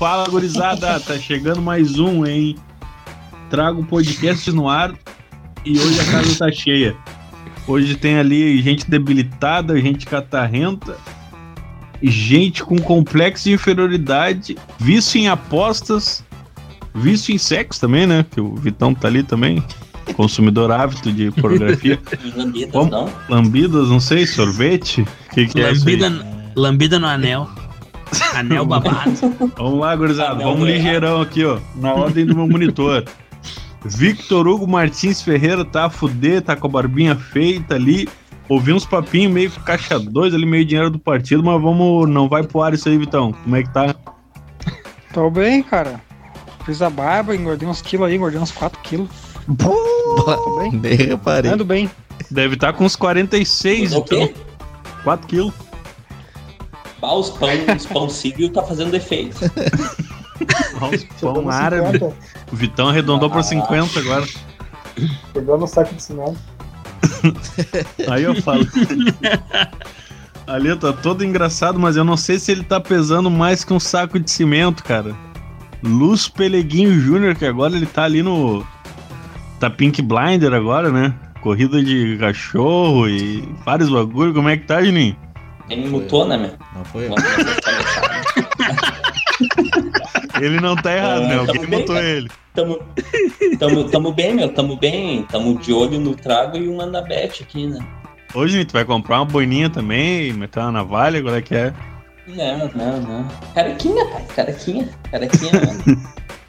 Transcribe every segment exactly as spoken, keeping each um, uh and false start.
Fala, gurizada, tá chegando mais um, hein? Trago o podcast no ar e hoje a casa tá cheia. Hoje tem ali gente debilitada, gente catarrenta, gente com complexo de inferioridade, vício em apostas, vício em sexo também, né? Que o Vitão tá ali também, consumidor ávido de pornografia. Lambidas, Como? não? Lambidas, não sei, sorvete? Que que é Lambida, isso aí? lambida no anel. Anel babado. Vamos lá, gurizada, Anel vamos do ligeirão aqui, ó, na ordem do meu monitor. Victor Hugo Martins Ferreira tá a fuder, tá com a barbinha feita ali. Ouvi uns papinhos meio caixa dois ali, meio dinheiro do partido, mas vamos, não vai pro ar isso aí, Vitão. Como é que tá? Tô bem, cara. Fiz a barba, engordei uns quilos aí, engordei uns quatro quilos. Tô bem? Nem reparei. Ando bem. Deve estar tá com uns quarenta e seis, O então. quê? quatro quilos. Bah, os pão, os pão sírio tá fazendo efeito. Nossa, pão árabe. O Vitão arredondou pra cinquenta agora. Pegou no saco de cimento. Aí eu falo. Ali tá todo engraçado, mas eu não sei se ele tá pesando mais que um saco de cimento, cara. Luz Peleguinho Júnior, que agora ele tá ali no... Tá Pink Blinder agora, né? Corrida de cachorro e vários bagulho. Como é que tá, Juninho? Quem mutou, né, meu? Não foi eu. Vamos ver se tá deixado. Ele não tá errado, É, né? tamo Alguém bem, botou cara. ele. Tamo, tamo, tamo bem, meu. Tamo bem. Tamo de olho no trago e uma na bet aqui, né? Hoje, Juninho, tu vai comprar uma boininha também, meter uma navalha, qual é que é? Não, não, não. Carequinha, pai. Carequinha. Carequinha, mano.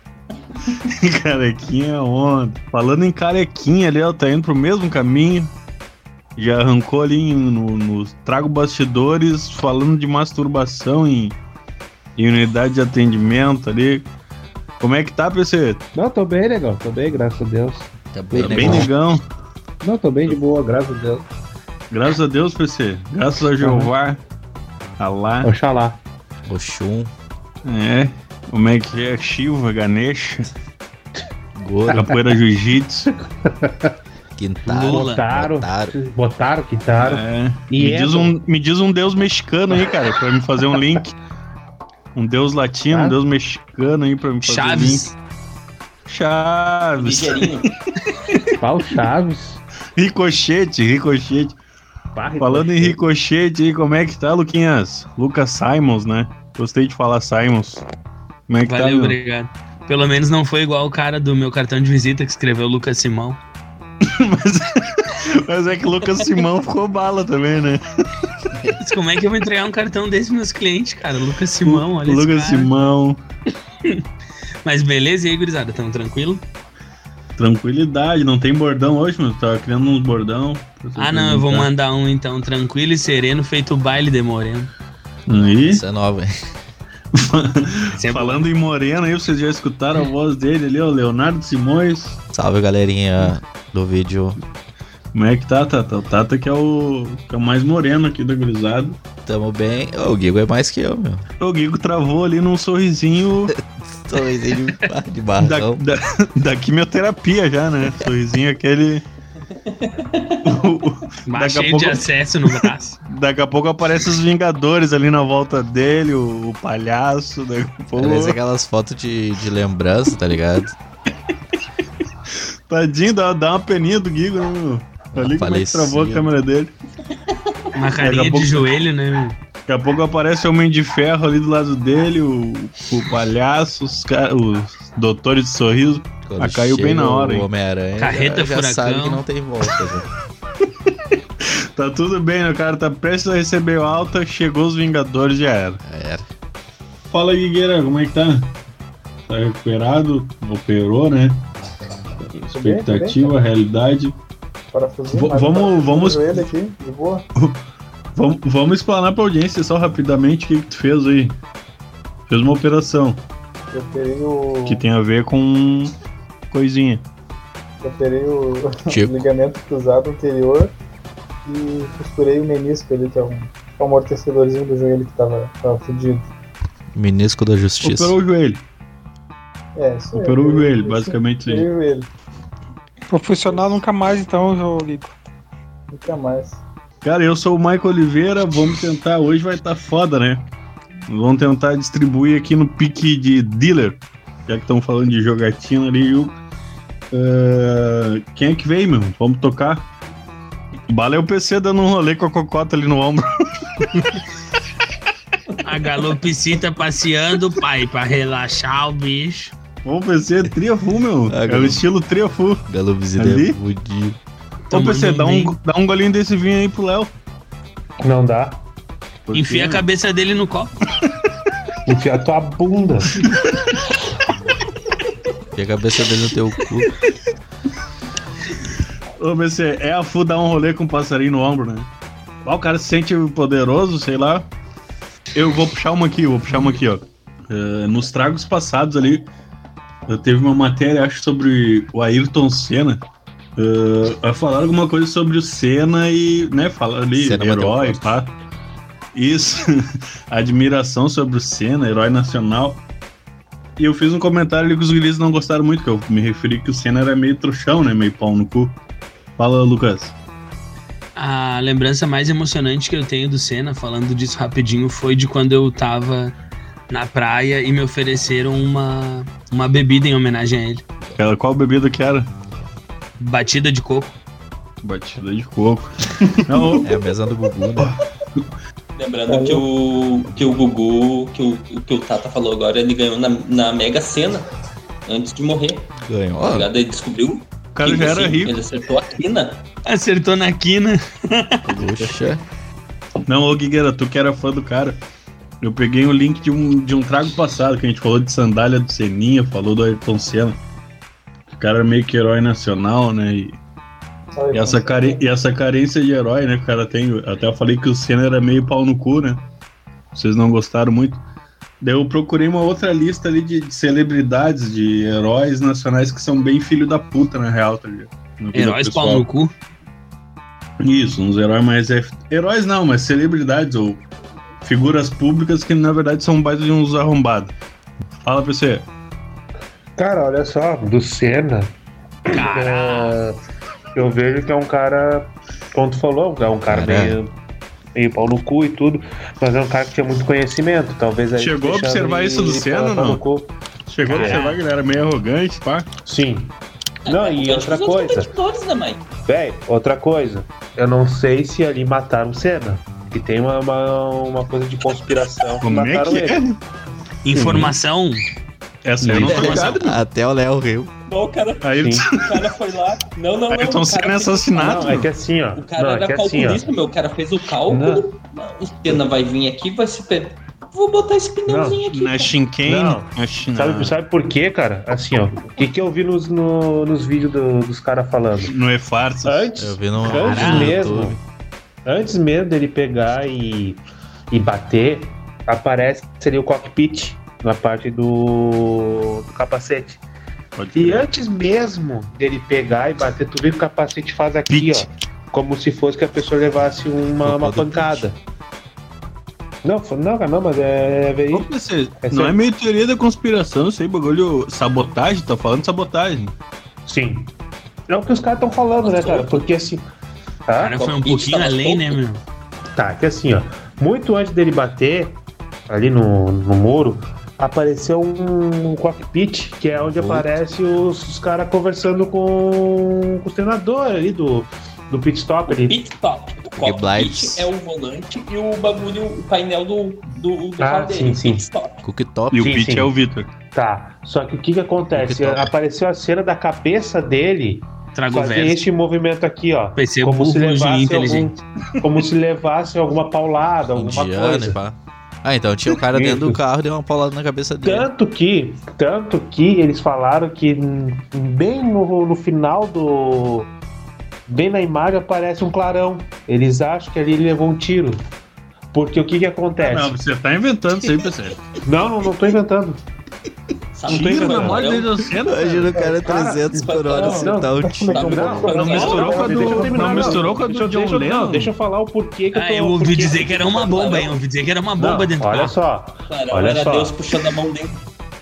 Carequinha onda. Falando em carequinha ali, ó, tá indo pro mesmo caminho. Já arrancou ali em- no, no Trago Bastidores, falando de masturbação em, em unidade de atendimento ali. Como é que tá, P C? Não, tô bem, legal. Tô bem, graças a Deus. Tá bem, Tá né, bem bom? negão. Não, tô bem de boa, graças a Deus. Graças a Deus, P C. Graças a Jeová. Alá. Oxalá. Oxum, É. Como é que é? Shiva, Ganesha, Goro, Capoeira Jiu-Jitsu. Quintaro, Lula. Botaram, Botaram. botaram, quitaram. É. E Me é, diz, um, me diz um deus mexicano aí, cara, pra me fazer um link. Um deus latino, Tá. um deus mexicano aí pra me fazer Chaves. um link. Chaves. Ligeirinho. Pau Chaves. Ricochete, ricochete. Barre Falando em Ricochete. ricochete aí, como é que tá, Luquinhas? Lucas Simons, né? Gostei de falar Simons. Como é que Valeu, tá, meu? obrigado. Pelo menos não foi igual o cara do meu cartão de visita que escreveu Lucas Simão. mas, mas é que Lucas Simão ficou bala também, né? Mas como é que eu vou entregar um cartão desse pros meus clientes, cara? Lucas Simão, olha Lucas esse cara. Simão. Mas beleza, e aí, gurizada? Tamo tranquilo? Tranquilidade, não tem bordão hoje, meu. Tava criando uns bordão. pra você Ah, não, eu vou apresentar. mandar um então, tranquilo e sereno, feito o baile de Moreno. Aí, Isso é nova, hein? Sempre- falando em Moreno aí, vocês já escutaram a voz dele ali, ó, Leonardo Simões. Salve, galerinha do vídeo. Como é que tá, Tata? O Tata que é o, que é o mais moreno aqui da gurizada. Tamo bem. Ô, o Guigo é mais que eu, meu. O Guigo travou ali num sorrisinho Sorrisinho de, de da, barrão. da, da quimioterapia já, né? Sorrisinho aquele... O- o- Mas daqui, a cheio pouco, de acesso no braço. daqui a pouco aparecem os Vingadores ali na volta dele, o, o palhaço. Daqui a pouco... Parece aquelas fotos de, de lembrança, tá ligado? Tadinho, dá, dá uma peninha do Guigo, né, meu? Ali como é que travou a Falecido. câmera dele. Uma Daqui carinha a de pouco- joelho, né? Daqui a pouco aparece o Homem de Ferro ali do lado dele, o, o palhaço, os, ca- os doutores de sorriso. Quando Ah, caiu bem chega na hora, o hein? Homem-Aranha Carreta já, já furacão. sabe que não tem volta, já. Tá tudo bem, né? O cara tá prestes a receber o alta, chegou os Vingadores, já era. Já era. Fala, Guigueira, como é que tá? Tá recuperado? Operou, né? Expectativa, realidade. Parafusinho, V- mais um vamos- parafusinho vamos- no joelho aqui, de boa. Vamos, vamos explanar pra audiência só rapidamente o que, que tu fez aí. Fez uma operação Eu operei o. que tem a ver com coisinha. Eu operei o Tipo. ligamento cruzado anterior e costurei o menisco ali, que é um, o amortecedorzinho do joelho que tava, tava fudido. Menisco da Justiça. Operou o joelho. É, isso aí, Operou o eu- joelho, eu- basicamente isso aí. Operei o joelho, Profissional nunca mais, então, ô Lico. nunca mais. Cara, eu sou o Michael Oliveira, vamos tentar. Hoje vai estar foda, né? Vamos tentar distribuir aqui no pique de dealer, já que estamos falando de jogatina ali. Uh, quem é que veio, meu? Vamos tocar. Bala é o P C dando um rolê com a cocota ali no ombro. A galopicita passeando, pai, pra relaxar o bicho. O P C é triafu, meu. Ah, é galo- o estilo triafu. Galopzita Ali? é fudido. Ô, P C, dá um, bem. dá um golinho desse vinho aí pro Léo. Não dá. Por Enfia quê? a cabeça dele no copo. Enfia a tua bunda. E a cabeça dele no teu cu. Ô, P C, é a fu dar um rolê com um passarinho no ombro, né? Ah, o cara se sente poderoso, sei lá. Eu vou puxar uma aqui, vou puxar uma aqui, ó. Uh, nos tragos passados ali, eu teve uma matéria, acho, sobre o Ayrton Senna. Uh, vai falar alguma coisa sobre o Senna e, né, falar ali, Senna bateu herói, forte. pá. Isso, admiração sobre o Senna, herói nacional. E eu fiz um comentário ali que os guris não gostaram muito, que eu me referi que o Senna era meio trouxão, né, meio pau no cu. Fala, Lucas. A lembrança mais emocionante que eu tenho do Senna, falando disso rapidinho, foi de quando eu tava na praia e me ofereceram uma, uma bebida em homenagem a ele. Aquela, qual bebida que era? Batida de coco. Batida de coco. Não, É a mesa do Gugu, né? Lembrando que o, que o Gugu, que o, que o Tata falou agora, ele ganhou na, na Mega Sena antes de morrer. Ganhou. Tá Ó, ligado? Ele descobriu. o cara que, já era assim, rico. Ele acertou a quina. Acertou na quina. puxa. Não, ô Guigueira, tu que era fã do cara. Eu peguei um link de um, de um trago passado, que a gente falou de sandália do Seninha, falou do Ayrton Senna. O cara era meio que herói nacional, né? E, e, essa, care, e essa carência de herói, né, que o cara tem. Até eu falei que o Senna era meio pau no cu, né? Vocês não gostaram muito. Daí eu procurei uma outra lista ali de, de celebridades, de heróis nacionais que são bem filho da puta, na real, tá ligado? Na vida Heróis pessoal. pau no cu. Isso, uns heróis mais... F... Heróis não, mas celebridades ou figuras públicas que na verdade são baita de uns arrombados. Fala, P C. Cara, olha só, do Senna, é, eu vejo que é um cara, como tu falou, é um cara Cara. meio, meio pau no cu e tudo, mas é um cara que tinha muito conhecimento, talvez aí Chegou a deixando observar ele isso do Senna pau ou no não? cu. Chegou a É. observar que ele era meio arrogante, pá. Sim. Não, e Eu outra acho que os outros coisa, competidores, né, mãe? velho, outra coisa, eu não sei se ali mataram o Senna, que tem uma, uma, uma coisa de conspiração que Como é mataram que ele. é? Informação. Essa aí eu não tô Informação. ligado. Até o Léo riu. Não, o cara, Aí, Sim. o cara foi lá. Não, não, não. Ayrton o Senna cara é fez- assassinado. Não, é que assim, ó, O cara não, é era que assim, ó, calculista, meu. O cara fez o cálculo. O Senna vai vir aqui, vai se. pe- Vou botar esse pneuzinho aqui. na cara. Shinkane. Não. na China- Sabe, sabe por quê, cara? Assim, ó, o que, que eu vi nos, no- nos vídeos do- dos caras falando? No E-Farsa. Antes, Eu vi no, antes no mesmo, YouTube. antes mesmo dele pegar e, e bater, aparece seria o cockpit na parte do, do capacete. Pode E crer. antes mesmo dele pegar e bater, tu vê que o capacete faz aqui, Pit. ó, como se fosse que a pessoa levasse uma, uma Culpa do pancada. Não, foi- não, cara, não, mas é, é Ô, verídico. P C, É não sério. é meio teoria da conspiração, isso aí, bagulho. Sabotagem? Tá falando de sabotagem. Sim. É o que os caras estão falando, né, cara? Porque assim. O Tá? cara foi um pouquinho Tava além, solto. né, meu? Tá, que assim, ó, muito antes dele bater ali no, no muro, apareceu um cockpit, que é onde Puta. aparece os, os caras conversando com, com o treinador ali do, do pit stop ali. Pit stop. O cockpit Blights. é o volante e o bagulho, o painel do, do, do Ah, carro dele. sim, sim. Pit stop. Cooktop. E o Sim, Pete sim. é o Victor. Tá, só que o que que acontece? Que top. Apareceu a cena da cabeça dele Trago fazer verso. este movimento aqui, ó. P C Como se burro e levasse inteligente. algum, como se levasse alguma paulada, alguma Indiana, coisa. e pá. Ah, então tinha o cara dentro do Isso. carro e deu uma paulada na cabeça dele. Tanto que, tanto que eles falaram que hum, bem no, no final do. Bem na imagem aparece um clarão. Eles acham que ali ele levou um tiro. Porque o que que acontece? Não, você tá inventando isso aí, P C. Não, não, não tô inventando. Sabe Tiro o que Tira é na o morte clarão? do Senna. Imagina o cara Cara, trezentos por hora não, acertar o tiro. Não, Não, Não misturou com a do- deixa eu terminar, não misturou com a do Deixa eu- John deixa eu- Lennon. Não, deixa eu falar o porquê que eu tô... Ah, eu ouvi porquê- dizer que era uma bomba, hein? Eu ouvi dizer que era uma bomba Não, dentro do olha carro. só, Clarão Olha era só. Deus puxando a mão dele.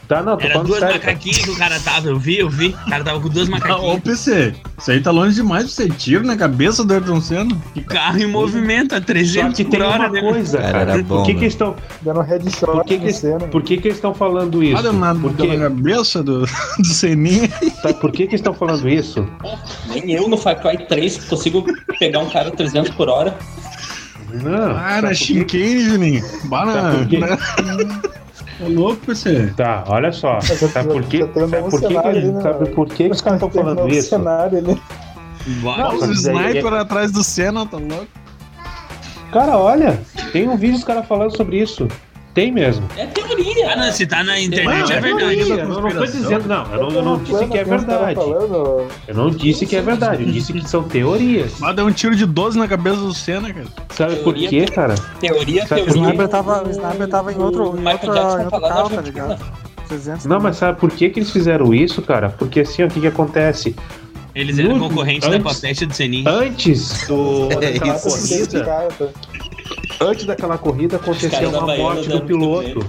Tá, não, tô Era falando duas sério. cara. macaquinhas que o cara tava, eu vi, eu vi. O cara tava com duas Ah, ô, macaquinhas. P C, isso aí tá longe demais de ser tiro na cabeça do Ayrton Senna. O carro em movimento a Só trezentos que por tem hora, uma né? coisa, Cara, cara. era bom, por que, que meu. eles estão. Dando headshot Por que, que, no eles- cena. por que, que eles estão falando isso? Olha na, Porque, na cabeça do, do Seninha. tá, por que, que eles estão falando isso? Nem eu no Far Cry três consigo pegar um cara trezentos por hora. Não. Ah, na sabe por quê? Chicane, Juninho. Bala. Sabe por quê? É louco, P C. Tá, olha só. Mas eu- Sabe por quê? eu tenho um Sabe novo por quê que cenário eles- ali, né, sabe velho? por que os caras estão Tem um falando novo isso? cenário ali. Bora. Não, Os mas aí- sniper atrás do Senna, tá louco? Cara, olha, tem um vídeo dos caras falando sobre isso. Tem mesmo. É teoria. Ah, não, se tá na internet Não, é é verdade. teoria. Eu não, não tô dizendo, não. Eu não, eu não disse que é Tem uns caras verdade. falando, Eu não disse que é verdade. Eu disse que são teorias. Mas deu um tiro de doze na cabeça do Senna, cara. Sabe por quê, cara? Teoria, Sabe O por quê? teoria. sniper tava, o sniper tava em outro, em Michael outra, Jackson em outro falando carro, da tá Argentina. ligado? trezentos Não, mas sabe por que, que eles fizeram isso, cara? Porque assim, ó, o que, que acontece? Eles eram No- concorrentes da antes- papete do Seninha. Antes do, É daquela isso. esse corrida, cara, tá? antes daquela corrida Os aconteceu caras da uma Havaiana morte do dando piloto.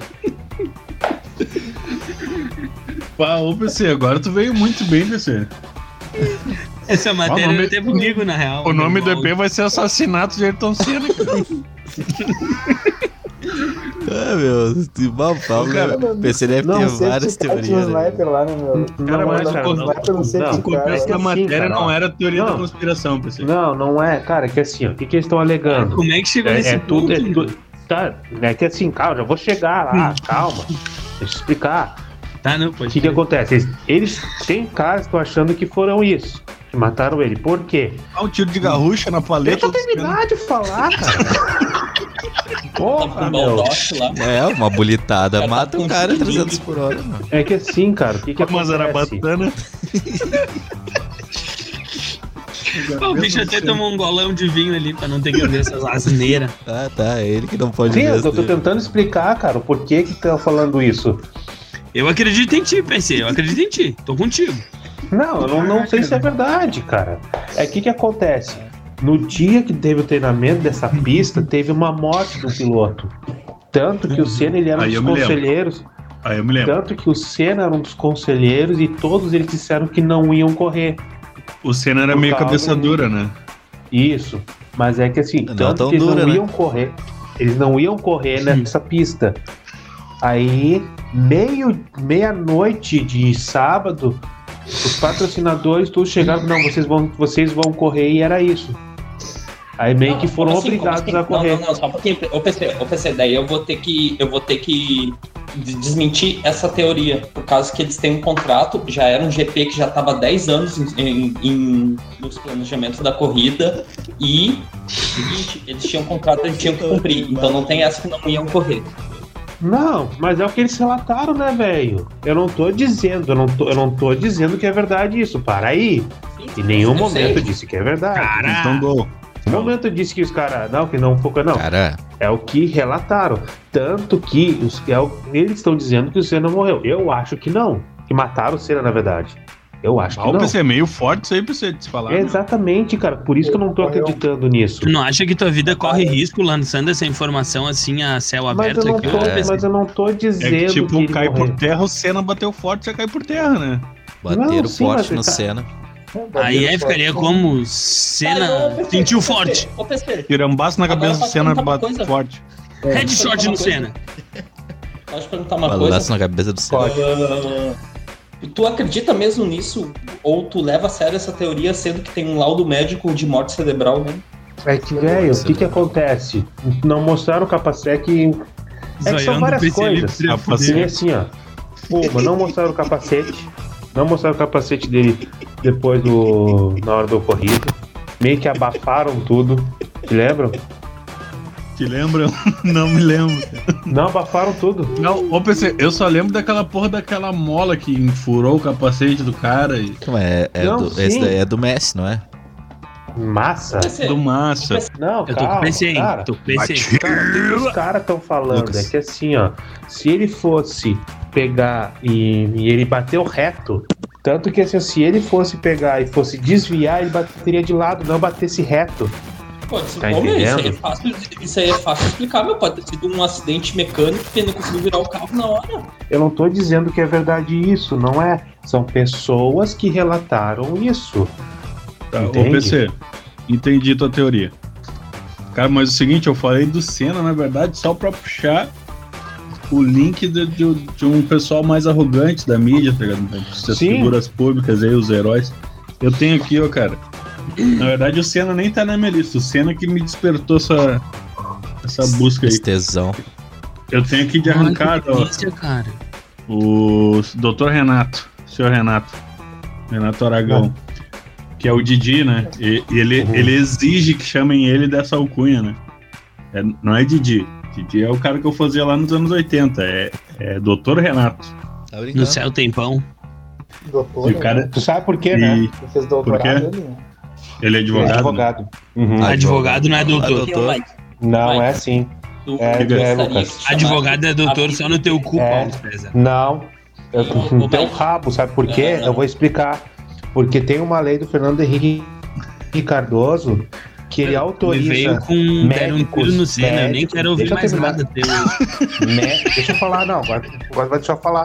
Pá, ô P C, agora tu veio muito bem, P C. Essa matéria o nome- era até comigo, na real. O nome do Meu E P vai ser Assassinato de Ayrton Senna, cara. Ah, meu, que mal pau, Cara, cara. P C deve não, ter Sempre várias tinha um teorias. né? sniper lá, né, meu? Cara, Não, mas é, cara, o não, sniper não sei não. que O começo cara, da é assim, matéria cara, não ó. era teoria da Não. conspiração, P C. Não, não é, cara, é que assim, ó, o que, que eles estão alegando? Como é que chegou É, nesse é tudo, é ponto? tudo. Tá, é que assim, calma, já vou chegar lá, calma. Deixa eu explicar. Tá, não, O pode. que, que acontece? Eles, eles tem caras que estão achando que foram isso. Que mataram ele. Por quê? Ah, um tiro de garrucha na paleta. Deixa eu terminar de falar, cara. Tá Porra, com um meu. baldote lá. É, uma bulitada Cara, tá mata com o cara a tiro de- trezentos por hora, mano. É que assim, cara, o que, que Uma acontece? zarabatana. O bicho até tomou um golão de vinho ali pra não ter que ver essas asneiras. Ah, tá, é ele que não pode Sim, ver. eu as tô dele. tentando explicar, cara, o porquê que estão falando isso. Eu acredito em ti, P C. Eu acredito em ti. Tô contigo. Não, eu não, não sei se é verdade, cara. É que que acontece? No dia que teve o treinamento dessa pista, teve uma morte do piloto. Tanto que o Senna ele era um Aí dos eu me lembro. conselheiros. Aí eu me lembro. Tanto que o Senna era um dos conselheiros e todos eles disseram que não iam correr. O Senna era Por meio causa cabeça do- dura, né? Isso. Mas é que assim, Não tanto tão que eles dura, não né? iam correr. Eles não iam correr nessa pista. Aí, meio, meia-noite de sábado, os patrocinadores todos chegaram, não, vocês vão, vocês vão correr e era isso. Aí meio que foram Como assim? obrigados Como assim? a correr. Não, não, não, só um pouquinho. Ô, P C, ô, P C, daí eu vou ter que. Eu vou ter que de- desmentir essa teoria. Por causa que eles têm um contrato, já era um G P que já estava há dez anos em, em- em- nos planejamentos da corrida. E seguinte, eles tinham um contrato, eles tinham que cumprir. Então não tem essa que não iam correr. Não, mas é o que eles relataram, né, velho? Eu não tô dizendo, eu não tô, eu não tô dizendo que é verdade isso. Para aí. Em nenhum Eu momento sei. disse que é verdade. Então, gol. Em nenhum momento disse que os caras. Não, que não foca, não. Cara, É o que relataram. Tanto que os, é o- eles estão dizendo que o Senna morreu. Eu acho que não. Que mataram o Senna, na verdade. Eu acho Ah, que o não. P C é meio forte isso aí, P C, de se falar. né? Exatamente, cara. Por isso que eu não tô Morreu. acreditando nisso. Tu não acha que tua vida corre risco lançando essa informação assim a céu Mas aberto eu não aqui? tô, É. mas eu não tô dizendo É que, tipo, que ele cai morreu. por terra, o Senna bateu forte, você cai por terra, né? bateram Não, sim, forte mas no tá- Senna. Aí aí ficaria como Senna sentiu forte. Ô, P C, Tirambaço na Agora cabeça do posso Senna perguntar uma bateu coisa? forte. Headshot no Senna. pode perguntar uma Balaço coisa? na cabeça do Senna. Ah, tu acredita mesmo nisso? Ou tu leva a sério essa teoria, sendo que tem um laudo médico de morte cerebral, né? É que, velho, o que que acontece? Não mostraram o capacete. É que são Zoiando várias o P C ali coisas. pra Capacete. Sim, assim, ó. Uma, não mostraram o capacete. Não mostraram o capacete dele depois do. na hora do ocorrido. Meio que abafaram tudo. Te lembram? Te lembra? Não me lembro. Não, abafaram tudo. Não, ô P C, eu só lembro daquela porra daquela mola que enfurou o capacete do cara e Mas é, é Não, do, esse sim. daí é do Messi, não é? Massa. P C, do massa. Não, Eu tô com calma, P C, hein? cara. Tô com P C. Cara, o que os caras estão falando Lucas. é que assim, ó, se ele fosse pegar e, e ele bateu reto, tanto que assim, se ele fosse pegar e fosse desviar, ele bateria de lado, não batesse reto. Pode ser, Tá Ô, meu, isso, aí é entendendo? fácil, isso aí é fácil de explicar, meu. Pode ter sido um acidente mecânico que ele não conseguiu virar o carro na hora. Eu não tô dizendo que é verdade isso, não é? São pessoas que relataram isso. Tá, ô Entende? P C, entendi tua teoria. Cara, mas é o seguinte, eu falei do Senna, na verdade, só pra puxar o link de, de, de um pessoal mais arrogante da mídia, tá ligado? As Sim. figuras públicas aí, os heróis. Eu tenho aqui, ó, cara. Na verdade, o Senna nem tá na minha lista. O Senna que me despertou essa, essa busca aí. Esse tesão. Eu tenho aqui de arrancada, Olha que ó, delícia, cara. o doutor Renato, senhor Renato, Renato Aragão, que é o Didi, né? E, e ele, Uhum. ele exige que chamem ele dessa alcunha, né? É, não é Didi. Didi é o cara que eu fazia lá nos anos oitenta. É, é doutor Renato. Tá No brincando? céu tem pão. Doutor, E o cara. Tu sabe por quê, né? E ele fez doutorado Por quê? ali, né? ele é Ele é advogado. né? advogado. Uhum. Ah, Advogado não é doutor. Ah, doutor. Mike, Não, Mike. é assim. tu É, gostaria é, que Lucas. chamasse Advogado é a doutor vida só no teu cu, É. Paulo César. Não. Eu, Ô, no teu Mike. rabo, sabe por quê? Ah. Eu vou explicar. Porque tem uma lei do Fernando Henrique Cardoso que ele Ele autoriza. veio com. Deram um médicos, tiro no Senna. Eu nem médicos. quero ouvir Deixa eu mais terminar. nada teu. Né? Deixa eu falar, não. Agora, agora vai deixar eu falar.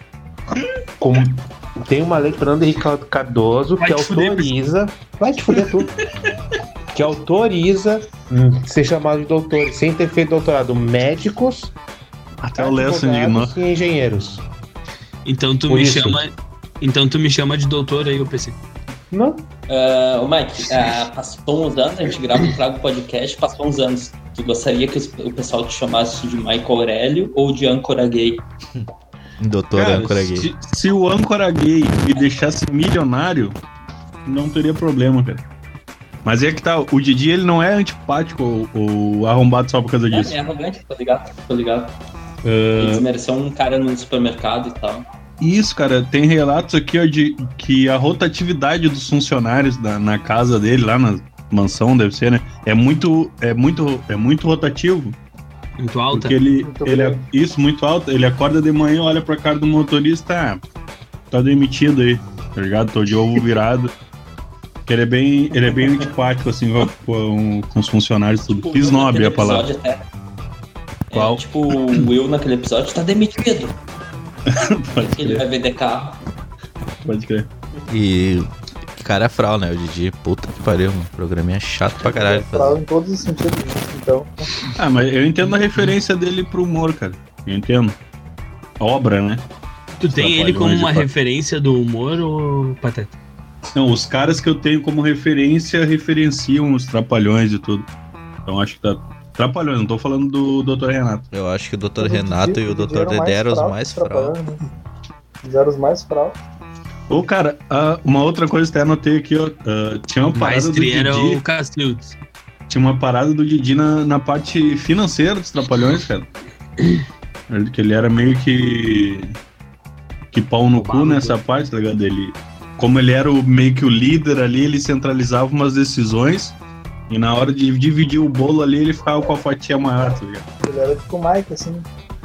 Como tem uma lei do Fernando Henrique Cardoso Vai que te fuder, autoriza. Vai te fuder tudo. Que autoriza hum, ser chamado de doutores sem ter feito doutorado médicos, Até o Léo se advogados indignou. e engenheiros. Então tu Por me isso. chama. Então tu me chama de doutor aí, o P C. Não? Ah, ô Mike, ah, passou uns anos, a gente grava o Trago Podcast, passou uns anos. Tu gostaria que os- o pessoal te chamasse de Michael Aurélio ou de âncora gay? Doutor Cara, âncora gay. se, se o âncora gay me deixasse milionário, não teria problema, cara. Mas é que tá, o Didi ele não é antipático ou, ou arrombado só por causa É, disso. é arrogante, tô ligado, tô ligado. Ele Ah, desmereceu um cara no supermercado e tal. isso, cara, tem relatos aqui ó, de que a rotatividade dos funcionários da- na casa dele, lá na mansão, deve ser, né? É muito, é muito, é muito rotativo. Muito alta. Porque ele, Muito ele é, grande. isso, muito alto. Ele acorda de manhã, olha pra cara do motorista, ah, tá demitido aí, tá ligado? Tô de ovo virado. Porque ele é bem, ele é bem antipático, assim, com, com, com os funcionários e tudo. Tipo, Snob naquele é a palavra. episódio até. Qual? É, tipo, o Will naquele episódio tá demitido. Pode Ele crer, vai vender carro. pode crer. E que cara fral, né? O Didi, puta que pariu, mano. Programinha chato pra caralho. Pra- fazer. em todos os sentidos, então. Ah, mas eu entendo a referência dele pro humor, cara. Eu entendo. Obra, né? Tu tem ele como Trapalhões uma e pa- referência do humor ou Pateta? Não, os caras que eu tenho como referência referenciam os trapalhões e tudo. Então acho que tá. Trapalhões, não tô falando do doutor Renato. Eu acho que o doutor Os Renato Didi- e o Didi doutor eram Dedé eram os fracos mais que frau. trabalharam, né? Eles eram os mais fracos. Ô, cara, ah, uma outra coisa que eu até anotei aqui, ó. ah, tinha uma parada do Maestria era Didi. o Castilhos. Tinha uma parada do Didi na, na parte financeira dos Trapalhões, cara. Ele- Que ele era meio que. Que pau no cu Roubava nessa tudo. parte, tá ligado? Ele, como ele era o, meio que o líder ali, ele centralizava umas decisões. E na hora de dividir o bolo ali, ele ficava com a fatia maior, tá ligado? Ele era tipo o Mike, assim.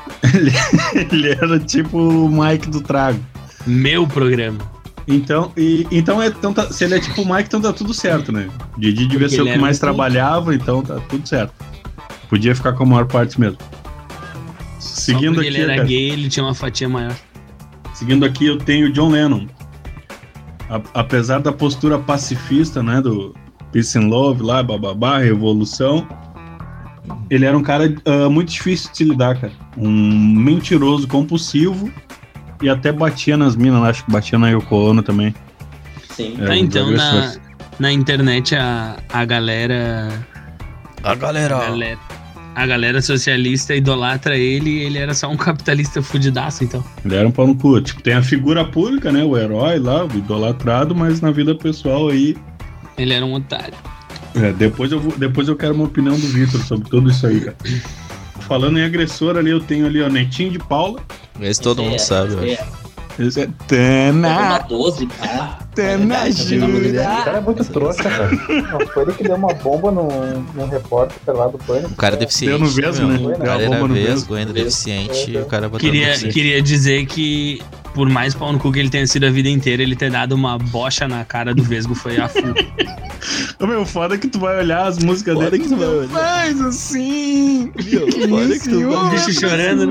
Ele era tipo o Mike do Trago. Meu programa. Então, e, então é, então tá- se ele é tipo o Mike, então tá tudo certo, né? Didi devia Porque ser o ele que era mais um trabalhava, então tá tudo certo. Podia ficar com a maior parte mesmo. Seguindo Só porque aqui, ele era cara, gay, ele tinha uma fatia maior. seguindo aqui, eu tenho o John Lennon. A- apesar da postura pacifista, né, do Peace and Love lá, bababá, revolução, ele era um cara ah, muito difícil de se lidar, cara. Um mentiroso compulsivo e até batia nas minas, acho que batia na Yoko Ono também. Sim. É, Ah, um então dos na, agressores. na internet a, a galera. A galera. A galera. A galera socialista idolatra ele e ele era só um capitalista fudidaço, então. Ele era um pau no cu. Tipo, tem a figura pública, né, o herói lá, o idolatrado, mas na vida pessoal aí... Ele era um otário. É, depois, eu vou, depois eu quero uma opinião do Vitor sobre tudo isso aí, cara. Falando em agressor ali, eu tenho ali, ó, Netinho de Paula. Esse todo mundo É, sabe, eu é, acho. Esse é Uma Tana, doze, tá? Tana O Jura. cara é muito trouxa, cara. Não, foi ele que deu uma bomba num, num repórter lá do Pânico. O cara é né? deficiente. Deu no vesgo, meu. né? O Deu cara a era bomba no vesgo, vesgo. ainda deficiente, e o cara botou Queria, deficiente. queria dizer que por mais pau no cu que ele tenha sido a vida inteira, ele ter dado uma bocha na cara do Vesgo foi a full. Ô, meu, foda que tu vai olhar as músicas Foda dele que que tu vai tu olhar. faz assim. Meu, foda que tu vai- O bicho chorando,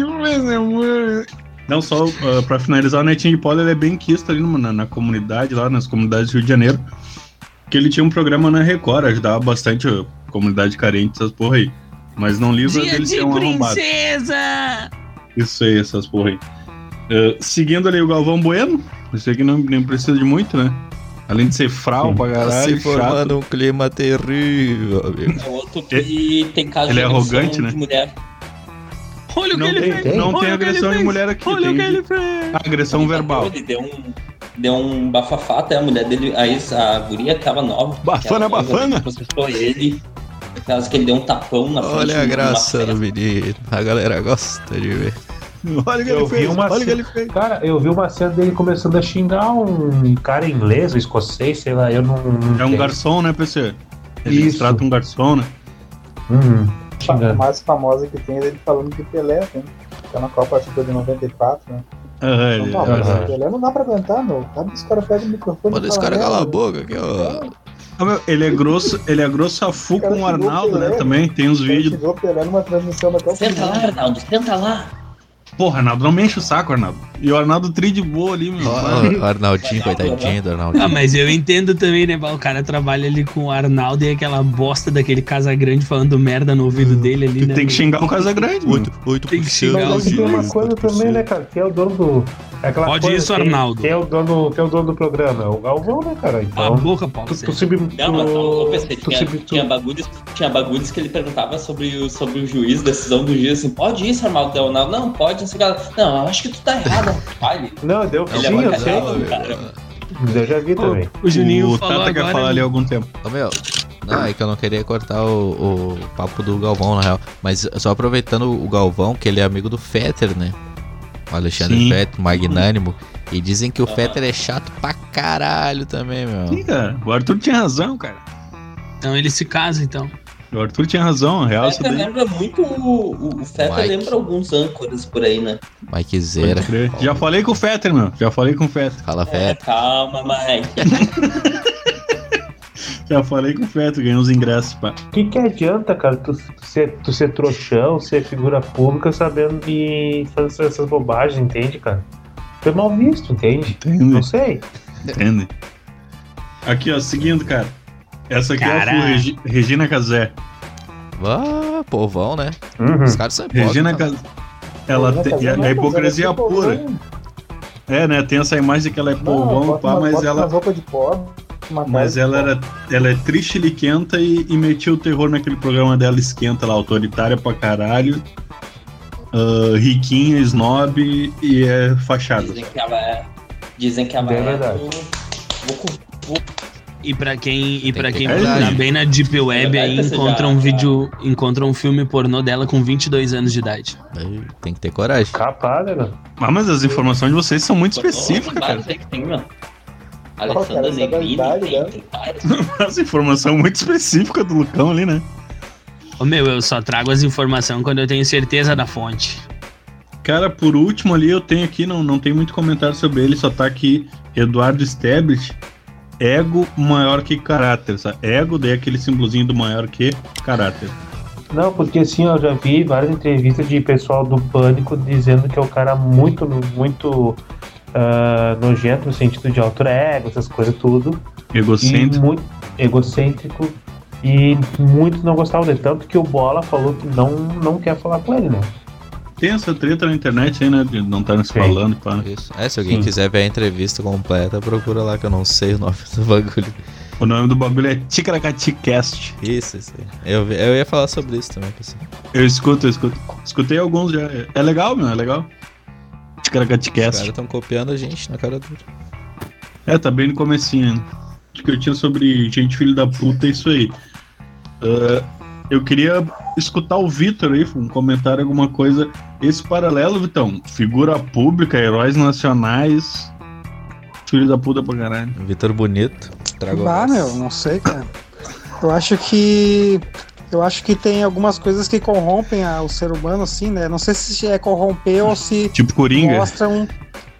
né? Não, só uh, pra finalizar, o Netinho de Paula ele é bem quisto ali no- na, na comunidade, lá nas comunidades do Rio de Janeiro. Que ele tinha um programa na Record, ajudava bastante a comunidade carente, essas porra aí. Mas não livra Dia dele de ser um arrombado. princesa! Isso aí, essas porra aí. Uh, seguindo ali o Galvão Bueno, esse aqui não, nem precisa de muito, né? Além de ser frau pra Tá caralho, se formando chato. um clima terrível, amigo. É outro que tem caso Ele é de agressão arrogante, né? de mulher. Olha o Não que ele tem- fez! tem- não olha tem o que ele agressão de fez, mulher aqui, Olha tem o que de- ele fez! Agressão Ele verbal. Ele deu um, deu um bafafá até a mulher dele, a, ex, a guria que tava nova. Bafana, que era noiva, bafana. processou ele. Por causa que ele deu um tapão na frente Olha a de uma graça festa. do menino. A galera gosta de ver. Olha o que Eu ele vi fez, uma olha o que ce- ele fez. Cara, eu vi uma cena dele começando a xingar um cara inglês, um escocês, sei lá, eu não. não É um sei. garçom, né, P C? Ele Isso. trata um garçom, né? Uhum. A Xingando. mais famosa que tem é ele falando de Pelé, né? Tá na Copa acho que foi de noventa e quatro, né? Aham, ele- Não, mas Aham. o Pelé não dá pra aguentar, meu. Sabe que os caras pegam o microfone Manda e esse falam cara calar a merda, boca aqui, ó. Ah, meu, ele é grosso, ele é grosso a full Cara, com o xingou o Arnaldo, né? Pelé. Também tem uns O cara vídeos. xingou o Pelé numa transmissão da Copa Senta do lá, Mundo. Arnaldo, senta lá. Porra, Arnaldo, não me enche o saco, Arnaldo. E o Arnaldo tri de boa ali, meu. Ó, ó, o Arnaldinho, coitadinho do Ah, Arnaldinho. mas eu entendo também, né? O cara trabalha ali com o Arnaldo e aquela bosta daquele Casagrande falando merda no ouvido dele ali, Tu né? tem que xingar o Casagrande, meu. oito, oito Tem que por cento. xingar Mas os aqui tem uma juízes, coisa também, né, cara? Quem é o dono do. É aquela Pode coisa, isso, quem- Arnaldo. Quem é o dono, quem é o dono do programa? É o Galvão, né, cara? A Então. boca, Paulo. Tu, César. tu, sub, Não, mas eu pensei, tu, tinha, sub- tinha, bagulhos, tinha bagulhos que ele perguntava sobre o, sobre o juiz, decisão do juiz, assim, pode isso, Arnaldo? Não, não, não pode, não sei o que lá. Não, eu acho que tu tá errado, pai. Não, deu Ele é sim, eu bacalhau, sei. cara. Eu já vi também. O Juninho O falou Tata quer agora. falar ali há algum tempo. Ô, meu, não, é que eu não queria cortar o, o papo do Galvão, na real. Mas só aproveitando o Galvão, que ele é amigo do Fetter, né? O Alexandre Sim. Fetter, magnânimo. E dizem que o Fetter é chato pra caralho também, meu. Sim, cara. O Arthur tinha razão, cara. Então ele se casa, então. O Arthur tinha razão, a real O isso Fetter daí. lembra muito o, o, o Fetter Mike. lembra alguns âncoras por aí, né? Mike Zera. Pode crer. Já falei com o Fetter, meu. Já falei com o Fetter. Fala, É, Fetter. calma, Mike. Já falei com o Fetter, ganhei uns ingressos, pá. O que, que adianta, cara, tu, tu ser, tu ser trouxão, ser figura pública sabendo de fazer essas bobagens, entende, cara? Tu é mal visto, entende? Entende? Não sei. Entende? Aqui, ó, seguindo, cara. Essa aqui é a Caralho. full, Regi- Regina Casé. Ah, povão, né? Uhum. Os caras são hipócritas. Regina Casé. Ela Regina tem. Casé, É não, a mas hipocrisia ela é pura. povão. É, né? Tem essa imagem de que ela é Não, povão, bota pá, uma- mas bota ela. umas roupas de pobre, uma Mas cara de ela pobre. era, ela é triste-liquenta e, e metia o terror naquele programa dela Esquenta lá, autoritária pra caralho, ah, riquinha, snob e é fachada. Dizem que ela é. Dizem que ela É é. verdade. do- vou- E pra quem, e pra que quem ter procurar coragem. bem na Deep Web É aí, verdade, encontra já- um já- vídeo, encontra um filme pornô dela com vinte e dois anos de idade. Aí tem que ter coragem. Capaz, né, cara? Ah, mas as informações de vocês são muito Pornô, específicas, cara. vários aí que tem, mano. cara, Alessandra essa da Negrini, idade tem, dela. tem vários. As informações muito específicas do Lucão ali, né? Ô meu, eu só trago as informações quando eu tenho certeza da fonte. Cara, por último ali, eu tenho aqui, não, não tem muito comentário sobre ele, só tá aqui Eduardo Stablish, ego maior que caráter, sabe? Ego, daí aquele símbolozinho do maior que caráter. Não, porque assim, eu já vi várias entrevistas de pessoal do Pânico dizendo que é um cara muito, muito ah, nojento no sentido de alter ego, essas coisas tudo. E Egocêntrico. muito egocêntrico. E muitos não gostavam dele. Tanto que o Bola falou que não, não quer falar com ele, né? Tem essa treta na internet aí, né? De não estarem se Sim. falando, pá. Isso. É, se alguém Sim. quiser ver a entrevista completa, procura lá que eu não sei o nome do bagulho. O nome do bagulho é Ticaracati-Cast. Isso, isso aí. Eu, vi- eu ia falar sobre isso também, pessoal. Eu escuto, eu escuto. Escutei alguns já. É legal, meu, é legal. Os Ticaracati-Cast. caras estão copiando a gente na cara dura. É, tá bem no comecinho, né? Acho que eu tinha sobre gente filho da puta, é isso aí. Ah, eu queria escutar o Vitor aí, um comentário, alguma coisa. Esse paralelo, Vitão, figura pública, heróis nacionais, filho da puta pra caralho. Vitor Bonito. Trago Ah, meu, não sei, cara. Eu acho que. Eu acho que tem algumas coisas que corrompem a- o ser humano, assim, né? Não sei se é corromper ou se Tipo Coringa. mostra um.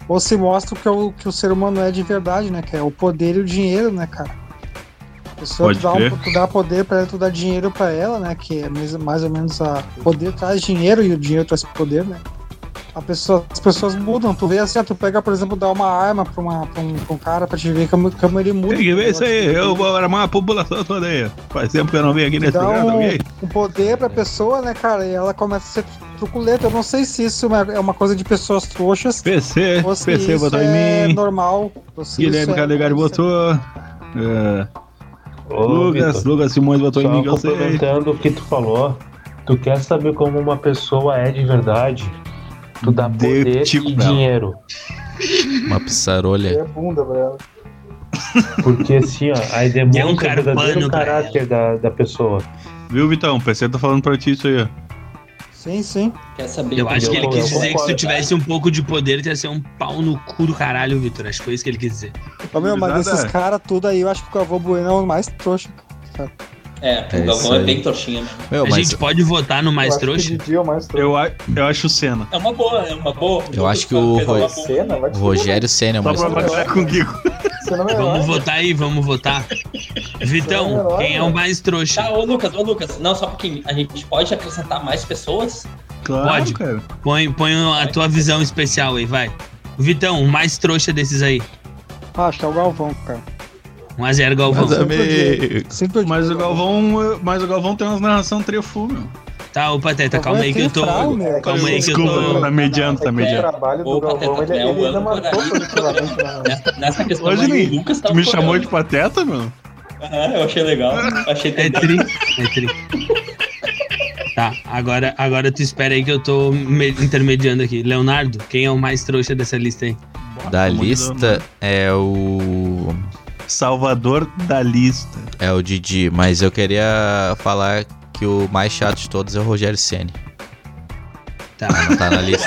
ou se mostra o que, o que o ser humano é de verdade, né? Que é o poder e o dinheiro, né, cara? A pessoa Pode tu dá, crer. um, tu dá poder pra ela, tu dá dinheiro pra ela, né? Que é mais, mais ou menos a... Poder traz dinheiro e o dinheiro traz poder, né? A pessoa, as pessoas mudam. Tu vê assim, ó, tu pega, por exemplo, dá uma arma pra, uma, pra, um, pra um cara pra te ver como, como ele muda. Tem que ver isso aí, eu vou armar a população toda aí. Faz tempo que eu não venho aqui nesse Dá programa, um, ok? um poder pra pessoa, né, cara? E ela começa a ser truculenta. Eu não sei se isso é uma coisa de pessoas trouxas P C, ou se P C isso votou é em mim. normal. ou se Guilherme isso é- Calegari votou. É, Ô, Lucas, Vitor, Lucas Simões votou em só mim, que eu sei. complementando o que tu falou, tu quer saber como uma pessoa é de verdade? Tu dá Dê poder tico e nela. dinheiro. Uma pissarolha. É bunda pra ela. Porque assim, ó, aí Deu um demonstra o carpano verdadeiro pra caráter da, da pessoa. Viu, Vitão? O P C tá falando pra ti isso aí, ó. Sim, sim. Quer saber? Eu acho que ele eu quis dizer que se tu concordo. tivesse um pouco de poder, tu ia ser um pau no cu do caralho, Vitor. Acho que foi isso que ele quis dizer. Ô, meu, mas Nada. desses caras tudo aí, eu acho que o Galvão Bueno é o mais trouxa. Cara. É, É o Galvão isso é aí. bem trouxinha mesmo. Meu, A mas gente pode votar no mais eu trouxa? acho que o Didi é o mais trouxa. Eu, a- eu acho o Senna. É uma boa, é uma boa. Eu acho que o Fez uma Ro- boa. Cena, vai te o Rogério Senna é Só mais pra trouxa. batalhar com o Guigo. Você não é Vamos herói. votar aí, vamos votar. Vitão, Não, quem é o mais trouxa? Tá, ô Lucas, ô Lucas, não, só um pouquinho. A gente pode acrescentar mais pessoas? Claro, Pode. cara. Põe, põe a tua visão especial aí, vai. Vitão, o mais trouxa desses aí. Ah, acho que é o Galvão, cara. um a zero Galvão. Mas, amigo. Sempre eu Mas o digo, Galvão, mas o Galvão tem umas narração trefu, meu. Tá, ô Pateta, Galvão calma é aí que eu tô. teatral, meu. Calma aí que eu Desculpa, tô. tá mediano, tá O mediano. trabalho do Ô, Galvão, Pateta, ele, é o ele ainda ano marcou por aí. positivamente na... Nessa, nessa questão Hoje aí, nem. o Lucas tá Tu me chamou de furando. pateta, meu? Aham, eu achei legal. Achei É tendência. tri. É tri. Tá, agora, agora tu espera aí que eu tô me- intermediando aqui. Leonardo, quem é o mais trouxa dessa lista aí? Da Pelo amor de Deus, lista mano. é o. Salvador da lista. É o Didi, mas eu queria falar que o mais chato de todos é o Rogério Ceni. Tá, Não tá na lista.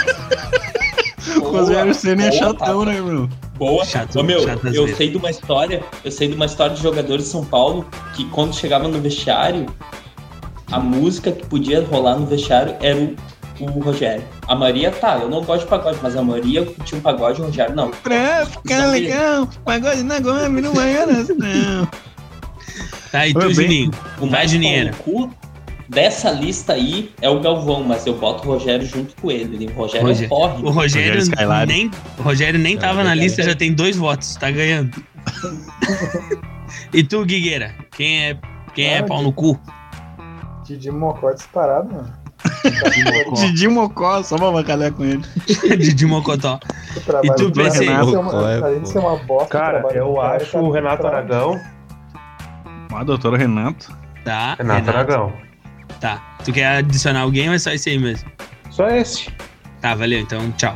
O Rogério Senna é Boa, chatão, tá. né, meu? Boa. Chato, Ô, meu, chato às eu vezes. sei de uma história, eu sei de uma história de jogadores de São Paulo que quando chegava no vestiário, a música que podia rolar no vestiário era o, o Rogério. A Maria, tá, eu não gosto de pagode, mas a Maria curtia um pagode e o Rogério não. Pra ficar legal, pagode na Gomes, não vai não. tá, e Oi, tu, bem. Juninho? O Vai, mais Juninheira. pau no cu dessa lista aí é o Galvão, mas eu boto o Rogério junto com ele. O Rogério é um Rogério. porre. O Rogério Rogério Skylab. nem, o Rogério nem tava na Rogério. lista, já tem dois votos, tá ganhando. E tu, Guigueira? Quem é, quem é Ah, pau no cu? Didi Mocó disparado, mano. Didi Mocó, só pra bacalhar com ele. Didi Mocotó. O trabalho E tu, do cara, P C? além de ser uma- Qual é, além de ser uma bosta, o Cara, trabalho eu do cara, acho cara, o Renato cara, Aragão. Ah, doutor Renato. Tá, Renato Aragão. Tá. Tu quer adicionar alguém ou é só esse aí mesmo? Só esse. Tá, valeu, então tchau.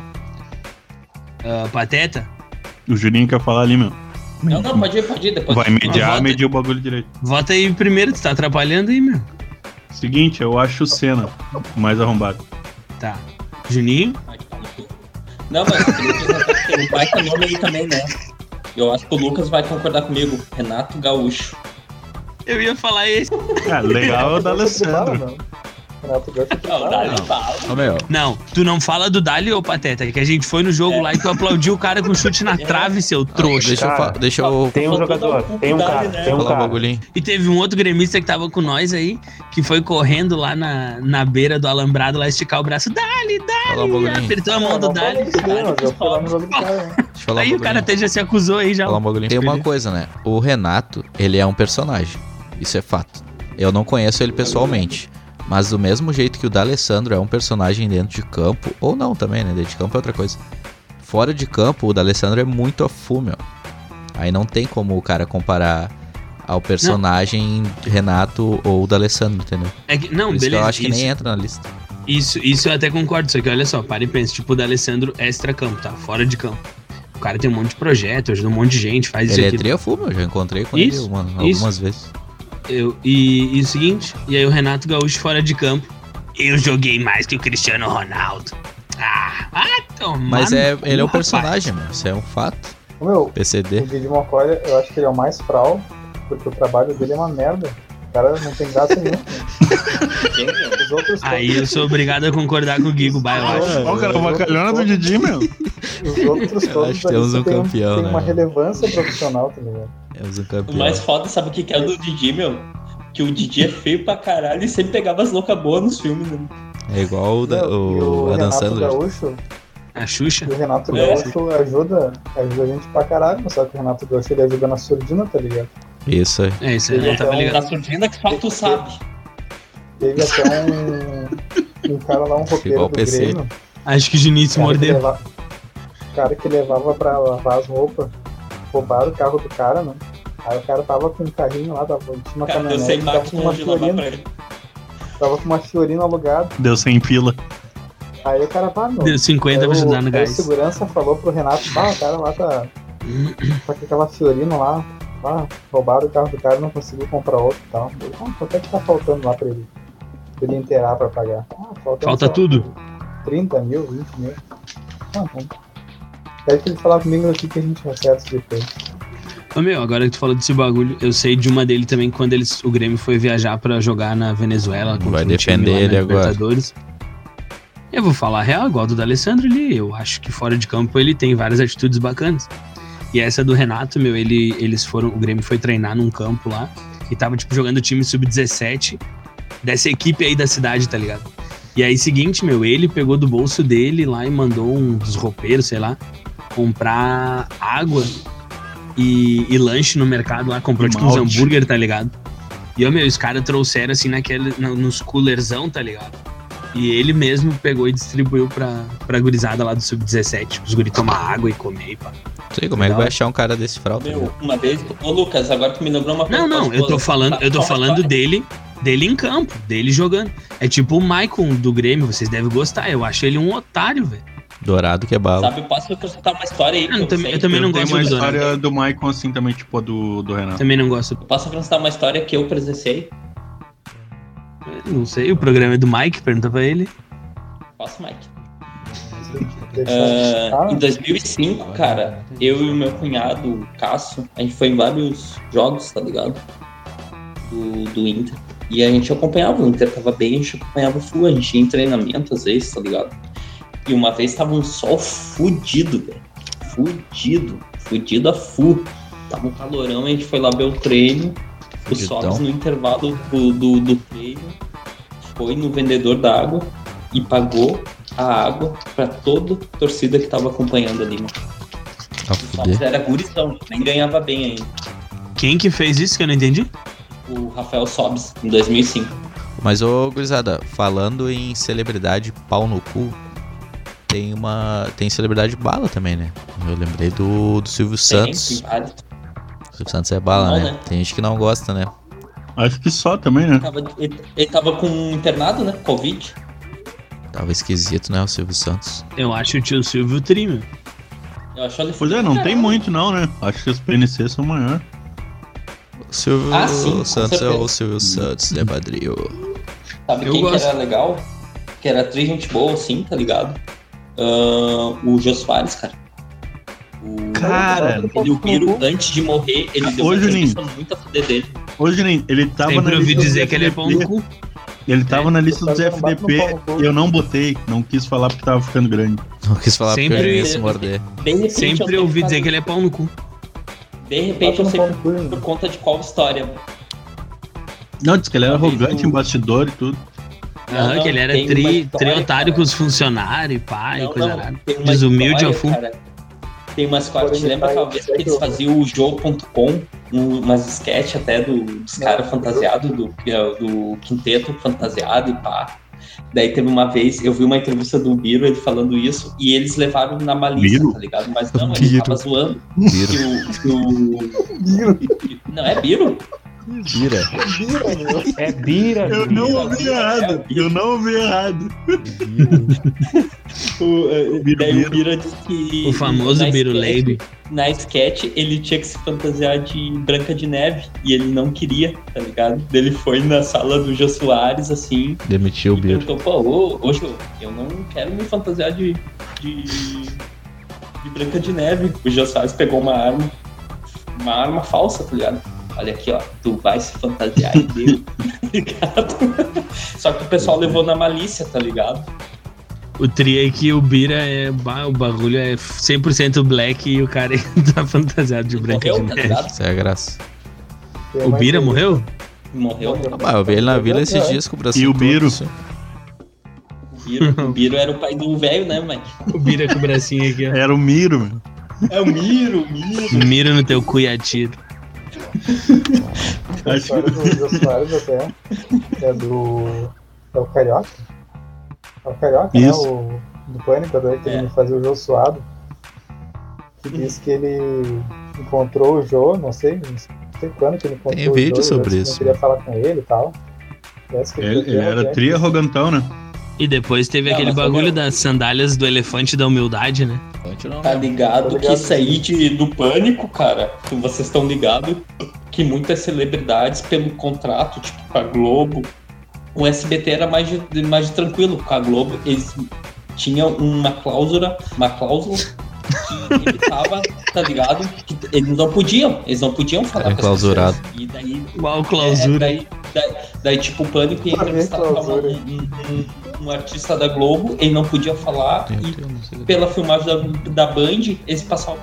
Ah, Pateta, O Juninho quer falar ali, meu. Não, não, pode ir, pode ir. Depois Vai mediar, Vota. medir o bagulho direito. vota aí primeiro, tu tá atrapalhando aí, meu. Seguinte, eu acho o Senna mais arrombado. Tá. Juninho? Não, mas eu queria apresentar que tem um baita nome aí também, né? Eu acho que o Lucas vai concordar comigo. Renato Gaúcho. Eu ia falar esse. Ah, legal é o da Alessandro. Não. Renato Gaúcho de Não, bala. dá-lhe não. fala. Ô, meu, Não, tu não fala do Dali ou Pateta, que a gente foi no jogo É. lá e tu aplaudiu o cara com chute na trave, seu trouxa. deixa eu, Cara, fa- deixa eu Tem um Faltou dar jogador, um cu tem um pro cara, Dali, né? tem um falar um cara. bagulhinho. E teve um outro gremista que tava com nós aí, que foi correndo lá na, na beira do alambrado lá esticar o braço. Dali, Falar um Dali! bagulhinho. Apertou a mão Não, do não Dali. falei isso, não, eu fui lá no jogo do cara, né? Deixa eu falar um Aí o cara bagulhinho. até já se acusou aí já. Falar um bagulhinho. Tem uma coisa, né? O Renato, ele é um personagem. Isso é fato. Eu não conheço ele pessoalmente. Mas do mesmo jeito que o D'Alessandro é um personagem dentro de campo, ou não também, né? Dentro de campo é outra coisa. Fora de campo, o D'Alessandro é muito a full, meu. Aí não tem como o cara comparar ao personagem Renato ou o D'Alessandro, entendeu? É que- não, Por isso beleza. que eu acho que isso, nem entra na lista. isso, isso eu até concordo, só que olha só, para e pensa, tipo o D'Alessandro extra-campo, tá? Fora de campo. O cara tem um monte de projeto, ajuda um monte de gente, faz Ele isso é aqui. tria full, meu. Eu já encontrei com Isso, ele uma- isso. algumas vezes. Eu, e, e o seguinte, e aí o Renato Gaúcho fora de campo. Eu joguei mais que o Cristiano Ronaldo. Ah, vai tomar Mas no é, cu, ele é um rapaz. personagem, meu. Isso é um fato. O meu, P C D. o Didi Mocó, eu acho que ele é o mais frau, porque o trabalho dele é uma merda. O cara não tem graça nenhuma. Os outros Aí eu sou obrigado a concordar com o Gigo, vai, eu acho. Ó, cara, a vacalhona do Didi, meu. Os outros Eu todos acho que temos um tem, campeão, tem né? uma relevância profissional, tá ligado? Temos um O campeão. mais foda, sabe o que que é o do Didi, meu? Que o Didi é feio pra caralho e sempre pegava as loucas boas nos filmes, né? É igual o, da, Não, e o, o Adam Renato Sandler. Gaúcho, A Xuxa? e o Renato É. Gaúcho ajuda, ajuda a gente pra caralho, só que o Renato Gaúcho ele ajuda na surdina, tá ligado? Isso aí. É, isso aí eu não tava Então, ligado. Da surdina que só tu sabe. Teve até um, um cara lá, um roqueiro Igual do P C. Grêmio, Acho que o Diniz cara que mordeu. leva- cara que levava pra lavar as roupas, roubaram o carro do cara, né? Aí o cara tava com um carrinho lá, tava, tinha uma Cara, deu caminhonete, sem tava com máquina uma de lavar fiorina, pra ele. tava com uma fiorina alugada. Deu sem pila. Aí o cara, pá, meu. Deu cinquenta pra aí o- ajudar no aí gás. O segurança falou pro Renato, pá, o cara lá tá, tá com aquela fiorina lá, pá, roubaram o carro do cara e não conseguiu comprar outro e tal. Ele, ah, quanto é que tá faltando lá pra ele, pra ele inteirar pra pagar? Ah, falta, Falta sei lá, tudo. trinta mil, vinte mil. Ah, bom. Pede pra ele falar comigo aqui que a gente acerta isso depois. Ô meu, agora que tu falou desse bagulho, eu sei de uma dele também quando eles, o Grêmio foi viajar pra jogar na Venezuela. contra Vai um time defender lá na ele agora. Libertadores. Eu vou falar a real, igual do D'Alessandro ali. Eu acho que fora de campo ele tem várias atitudes bacanas. E essa do Renato, meu, ele, eles foram. O Grêmio foi treinar num campo lá e tava, tipo, jogando time sub dezessete dessa equipe aí da cidade, tá ligado? E aí, seguinte, meu, ele pegou do bolso dele lá e mandou uns roupeiros, sei lá, comprar água e, e lanche no mercado lá, comprou tipo uns Malte. hambúrguer, tá ligado? E, ó, meu, os caras trouxeram assim naquele, na- nos coolerzão, tá ligado? E ele mesmo pegou e distribuiu pra, pra gurizada lá do sub dezessete. Os guris tomar água e comer e pá. Não sei como é que vai achar um cara desse fraude. Meu, uma vez. Ô, Lucas, agora tu me lembrou uma coisa. Não, não, Posso- eu tô posso- falando, eu tô posso- falando dele, dele em campo, dele jogando. É tipo o Maicon do Grêmio, vocês devem gostar. Eu acho ele um otário, velho. Dourado que é bala. Sabe, eu posso contar uma história aí. Eu que eu também- sei. eu também não Tem gosto uma do Dourado. história do Maicon assim também, tipo a do, do Renato. Também não gosto. Eu posso contar uma história que eu presenciei. Não sei, o programa é do Mike, pergunta pra ele. Posso, Mike? Deixa Ah, ah, em dois mil e cinco, cara, eu e o meu cunhado, o Cássio, a gente foi em vários jogos, tá ligado? Do, do Inter. E a gente acompanhava, o Inter tava bem, a gente acompanhava full, a gente ia em treinamento às vezes, tá ligado? E uma vez tava um sol fudido, velho. Fudido. Fudido a full. Tava um calorão, a gente foi lá ver o treino. O Fudidão. Sobs no intervalo do, do, do treino foi no vendedor da água e pagou a água pra toda a torcida que tava acompanhando ali, mano. Tá O fuder. Sobs era gurizão, nem ganhava bem ainda. Quem que fez isso que eu não entendi? O Rafael Sobs, em dois mil e cinco. Mas, ô, gurizada, falando em celebridade pau no cu, tem uma. Tem celebridade bala também, né? Eu lembrei do, do Silvio Santos. Tem, tem vários. O Silvio Santos é bala, Não, né? né? Tem gente que não gosta, né? Acho que só também, né? Tava- ele, ele tava com um internado, né? Covid. Tava esquisito, né? O Silvio Santos. Eu acho o tio Silvio tri, meu. Eu acho ele Pois é, não tem muito não, né? Acho que os P N C são maiores. O Silvio Ah, sim, com Santos é o certeza. Silvio Santos, né, padrinho? Sabe Eu quem gosto. que era legal? Que era atriz gente boa, assim, tá ligado? Ah, o Jô Soares, cara. O... Cara, ele, o Biro, antes de morrer, ele deu Ô, uma Juninho. entrevista muito a fuder dele. Hoje, nem ele tava Sempre na ouvi lista dizer dos que ele é pau no F D P. cu. Ele tava na lista dos Só F D bate no P pau no cu. e eu não botei. Não quis falar porque tava ficando grande. Não quis falar porque Sempre- eu ia se morder. De repente, Sempre eu ouvi dizer faço- que ele é pau no cu. De repente, eu Bota no sei pau no por, cu, hein? por conta de qual história. Não, disse que ele era Talvez arrogante o- em bastidor e tudo. Aham, Não, não, que ele era tem uma tri, história, triotário cara. com os funcionários, pai, Não, coisa não, nada. tem uma Desumilde a história, full. cara. Tem umas coisas. Te Porém, lembra pai, aquela vez que sei que eles eu- faziam o jogo ponto com, um, umas sketch até do, dos caras fantasiados, do, do quinteto fantasiado e pá. Daí teve uma vez, eu vi uma entrevista do Biro, ele falando isso, e eles levaram na malícia, Biro? tá ligado? Mas não, ele Biro. tava zoando. Vira. Que o, que o- Não, é Biro? Vira. Vira, meu. É bira, Eu bira. não ouvi errado. Eu não ouvi errado. O, eh, Biro, daí Biro. o Biro disse que. O famoso na Biro sketch- Lady. Na sketch, ele tinha que se fantasiar de Branca de Neve e ele não queria, tá ligado? Daí Ele foi na sala do Jô Soares, assim, Demitiu o e Biro. perguntou: pô, ô, ô Jô, eu não quero me fantasiar de, de, de Branca de Neve. O Jô Soares pegou uma arma, uma arma falsa, tá ligado? Olha aqui, ó, tu vai se fantasiar e deu. ligado? Só que o pessoal levou na malícia, tá ligado? O tri é que o Bira é. Bah, o bagulho é cem por cento black e o cara tá fantasiado de branca Morreu, de tá neve. ligado? Isso é a graça. Tem O mais Bira um- morreu? Morreu. Ah, mas eu vi ele na vila esses dias com o braço E o todo, Biro? assim. O Biro, o Biro era o pai do velho, né, Mike? O Bira com o bracinho aqui, ó. Era o Miro, meu. É o Miro, o Miro. Mira no teu cu e atira. A história do Jô Soares até é do. É o Carioca? É o Carioca, Isso. né? O, do Pânico, daí que É. ele fazia o Jô Suado. Que disse que ele encontrou o Jô, não sei, não sei quando que ele encontrou Tem o vídeo Jô, sobre ele isso. Não queria falar com ele e tal. Parece que Ele, ele era né? tri arrogantão, né? E depois teve Não, aquele mas bagulho olha- das sandálias do elefante da humildade, né? Antes não. Tá ligado Tô que ligado. isso aí de, do pânico, cara, que vocês estão ligados que muitas celebridades, pelo contrato, tipo, com a Globo, o S B T era mais, de- mais de tranquilo. Com a Globo, eles tinham uma cláusula, uma cláusula que evitava, tá ligado? Que eles não podiam, eles não podiam falar Era com as enclausurado. pessoas. E daí, Mal é, clausura. daí, daí, daí, tipo, o Pânico ia Ah, entrevistar bem um, clausura. um- um- um artista da Globo, ele não podia falar Tem- e tem, não sei. pela filmagem da, da Band, eles passavam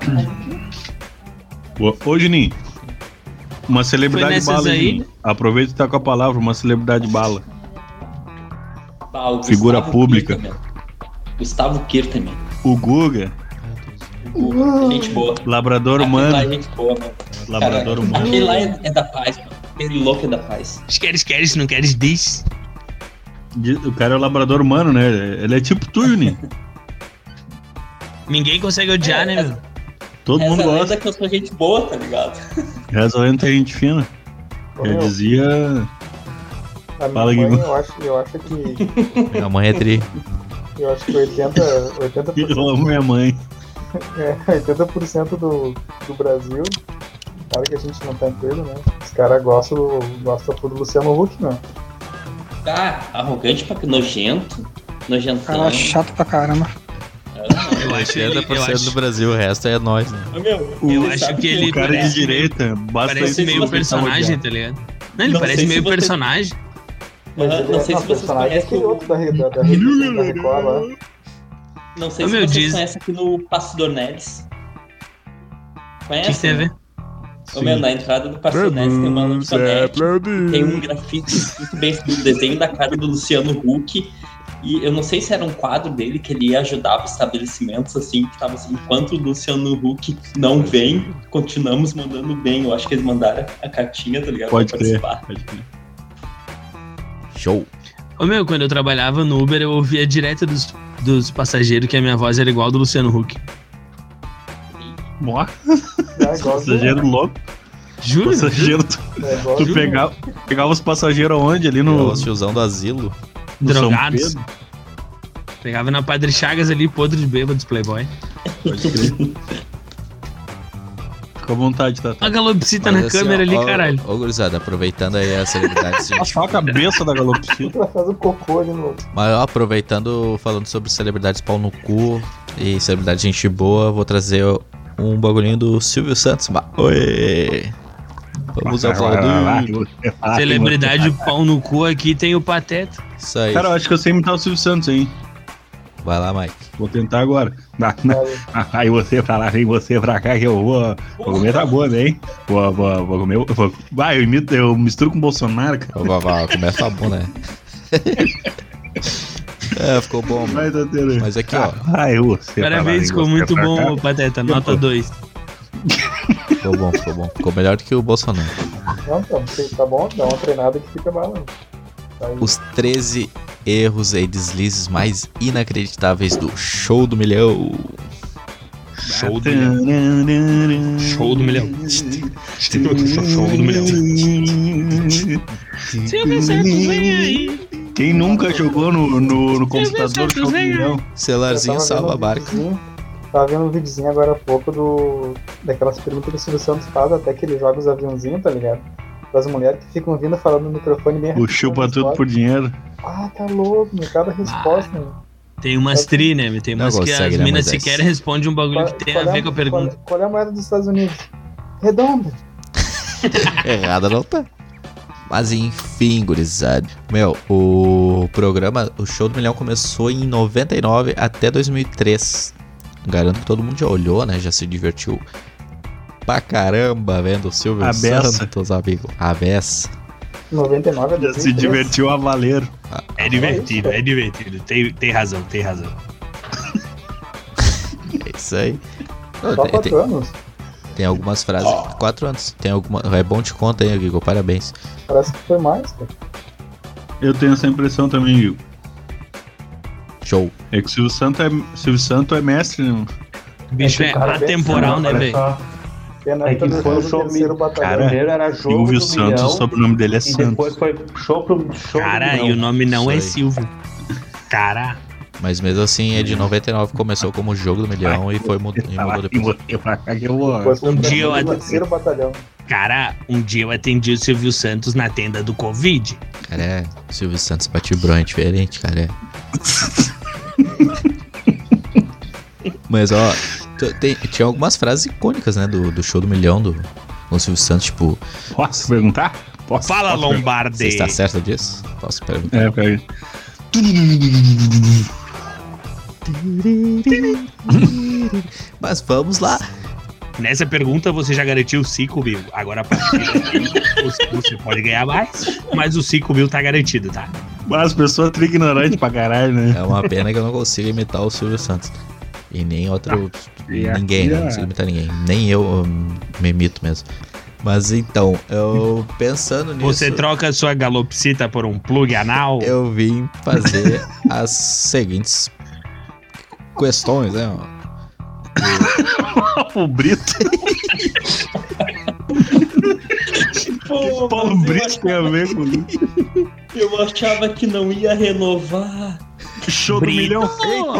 Ô, ô Juninho. Uma Foi celebridade nessas bala, aí? Juninho. Aproveita e tá com a palavra, uma celebridade bala. Ah, o Figura Gustavo pública. Kirchner. Gustavo Kirchner. O Guga, O- Gente boa. labrador Aquele lá é humano. gente boa, mano. Labrador Cara, humano. aquele lá é, é da paz, mano. Aquele louco é da paz. Se queres, queres, se não queres, diz. De- O cara é o labrador humano, né? Ele é tipo tu, Juninho. Ninguém consegue odiar, É, né, meu? Todo Essa mundo lenda gosta. que eu sou gente boa, tá ligado? Reza a lenda tem gente fina. Ô, Já meu, dizia. a minha Fala, mãe, Guima. eu acho, eu acho que. Minha mãe é tri. Eu acho que oitenta por cento, oitenta por cento Eu amo minha mãe. É, oitenta por cento do, do Brasil, claro que a gente não tá incluído, né? Os caras gostam, do- gostam do Luciano Huck, né? Ah, arrogante pra que nojento. Nojentão. Cara chato pra caramba. Eu acho, ele, oitenta por eu cento do acho, Brasil, o resto é nós, né? Ô, meu, eu ele acho sabe que ele O cara parece de direita, basta parece isso meio pra personagem, odiar. tá ligado? Não, ele Não parece sei se meio você- personagem. Mas Ah, ele não é- sei não, se vocês personagem é conhecem aquele o- outro da, da, da, da, da Record lá. Não sei Ô, se meu, vocês diz- conhecem aqui no Passo Dornelles. O Conhece? que, que tem a ver? Ô, meu, na entrada do Passo Dornelles tem uma lanchonete. Tem um grafite muito bem escrito, desenho da cara do Luciano Huck. E eu não sei se era um quadro dele que ele ia ajudar estabelecimentos, assim, que tava assim, enquanto o Luciano Huck não vem, continuamos mandando bem. Eu acho que eles mandaram a cartinha, tá ligado? Pode pra crer. participar. Pode crer. Show. Ô meu, quando eu trabalhava no Uber, eu ouvia direto dos, dos passageiros que a minha voz era igual a do Luciano Huck. Mó, É igual passageiro louco. Juro? Passageiro, tu, É igual tu pegava, pegava os passageiros aonde? Ali No... no, O tiozão do asilo. no São Drogados. Pedro? Pegava na Padre Chagas ali, podre de bêbados Playboy. Pode crer. Fica à vontade, tá? A galopsita Mas na assim, câmera ó, ali, ó, caralho. Ô, gurizada, aproveitando aí as celebridades, gente. Só a cabeça da galopsita. Ela faz o cocô ali no. Mas ó, aproveitando, falando sobre celebridades pau no cu e celebridade gente boa, vou trazer um bagulhinho do Silvio Santos. Bah, oi! Vamos aplaudir. Celebridade pau no cu aqui tem o Pateta. Isso aí. Cara, eu acho que eu sei imitar o Silvio Santos, hein? Vai lá, Mike. Vou tentar agora. Ah, não. Cara, Aí você pra lá, vem você pra cá que eu vou. Vou comer tá boa, né, hein? Vou, vou, vou comer. Vou, vai, eu imito, eu misturo com o Bolsonaro, cara. Vai, vai, começa a bom, né? É, ficou bom, mano. Vai, Tateiro. Mas aqui, ó. Ai, você pra lá, Parabéns, vem ficou você muito pra bom, cá. ô Pateta. Nota dois. Ficou bom, ficou bom. Ficou melhor do que o Bolsonaro. não, tá, tá bom, dá uma treinada que fica bala. Tá aí. Os treze erros e deslizes mais inacreditáveis do Show do Milhão. Show do milhão. Show do milhão. Show do milhão. Silvio Santos, vem aí. Quem nunca jogou no, no, no computador Santos, show do vem aí. milhão? Celularzinho Eu tava salva a vendo um barca. videozinho- Tava vendo um videozinho agora há pouco do. Daquelas perguntas que o Silvio Santos faz, até que ele joga os aviãozinhos, tá ligado? Das mulheres que ficam vindo falando no microfone bem O chupa tudo por dinheiro. Ah, tá louco, meu. Cada resposta, meu. Tem umas tri, né? meu? Tem Não umas que consegue, as né, minas Moisés? sequer respondem um bagulho Qual- que tem qual a é ver com a pergunta. Qual, qual é a moeda dos Estados Unidos? Redonda. Errada não tá. Mas enfim, gurizada. Meu, o programa, o Show do Milhão começou em noventa e nove até dois mil e três. Garanto que todo mundo já olhou, né? Já se divertiu pra caramba vendo o Silvio A beça. Santos, amigo. A beça. noventa e nove a Já dois mil e se três. divertiu a valer. É divertido, é divertido. Tem, tem razão, tem razão. É isso aí. Não, Só tem, quatro tem, anos. tem algumas frases. Quatro anos. Tem alguma. É bom te conta aí, Guigo. Parabéns. Parece que foi mais, cara. Eu tenho essa impressão também, Gil. Show. É que o Silvio Santos é, Silvio Santos é mestre, né? O bicho é Parabéns, atemporal, né, Olha velho? só, Pena É que do foi o do show terceiro mi- batalhão. Cara, primeiro era jogo Silvio do Santos, milhão, o sobrenome dele é e Santos. depois foi show pro show Cara, do e o milhão. nome não é Isso aí. Silvio. Cara, Mas mesmo assim, é de noventa e nove, começou como Jogo do Milhão e foi mud- e mudou depois. Depois foi Um pra dia eu do ad- terceiro batalhão. cara, um dia eu atendi o Silvio Santos na tenda do Covid. Cara, é. Silvio Santos bate bron, é diferente, cara. É. Mas, ó, t- tem- tinha algumas frases icônicas, né, do, do Show do Milhão, do, do Silvio Santos, tipo, Posso perguntar? Posso, Fala, posso perguntar? Lombardi. você está certo disso? Posso perguntar? É, peraí. Mas vamos lá. Nessa pergunta você já garantiu cinco mil. Agora a partir daqui você pode ganhar mais, mas o cinco mil tá garantido, tá? Mas as pessoas são ignorantes pra caralho, né? É uma pena que eu não consigo imitar o Silvio Santos. E nem outro. e ninguém, aqui, né? Não ó. consigo imitar ninguém. Nem eu, hum, me imito mesmo. Mas então, eu pensando nisso. Você troca sua galopsita por um plug anal. Eu vim fazer as seguintes questões, né? ó. O Brito. Pô, Paulo mas eu Brito tem a ver com isso. Eu achava que não ia renovar. Show do Brito. milhão.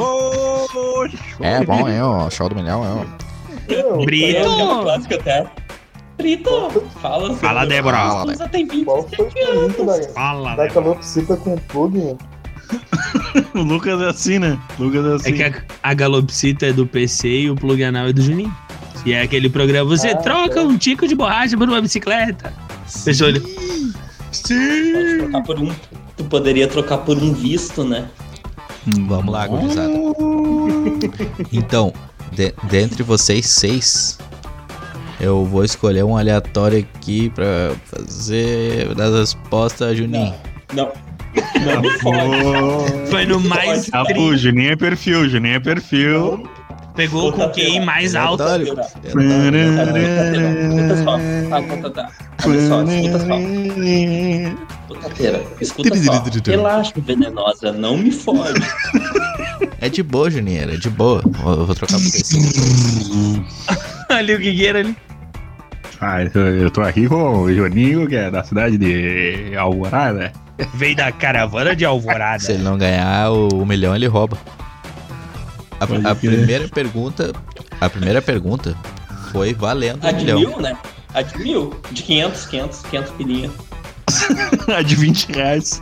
É bom, é o show do milhão, é o. Meu, Brito. É aquela clássica até. Brito, fala. Fala, Débora. Fala, Você tem vinte. Qual foi o pergunta da, Fala, da né? calopsita com o plug, meu? O Lucas é assim, né? O Lucas é assim. É que a, a galopsita é do P C e o plug anal é do Juninho. E é aquele programa, você Ah, troca tá. um tico de borracha por uma bicicleta. Pessoal, ele... Sim! Pode trocar por um. Tu poderia trocar por um visto, né? Vamos lá, gurizada. Então, de, dentre vocês seis, eu vou escolher um aleatório aqui pra fazer das respostas, Juninho. Não. Não, não pode. Foi no mais Ah, tri... pô, Juninho é perfil, Juninho é perfil. Pegou com o Q I mais alto. Aleatório. Escuta só. Ah, tá, tá. Olha só, escuta só. Escutateira, escuta só. Relaxa, venenosa, não me fode. É de boa, Juninho, é de boa. Vou, eu vou trocar por vocês. Ali o Guigueira ali. Ah, eu tô, eu tô aqui com o Juninho, que é da cidade de Alvorada. Veio da caravana de Alvorada. Se ele não ganhar o, o milhão, ele rouba. A, Pode a crer. primeira pergunta. A primeira pergunta foi valendo A um de milhão. mil, né? A de mil? De quinhentos, quinhentos, quinhentos pilinha. A de vinte reais.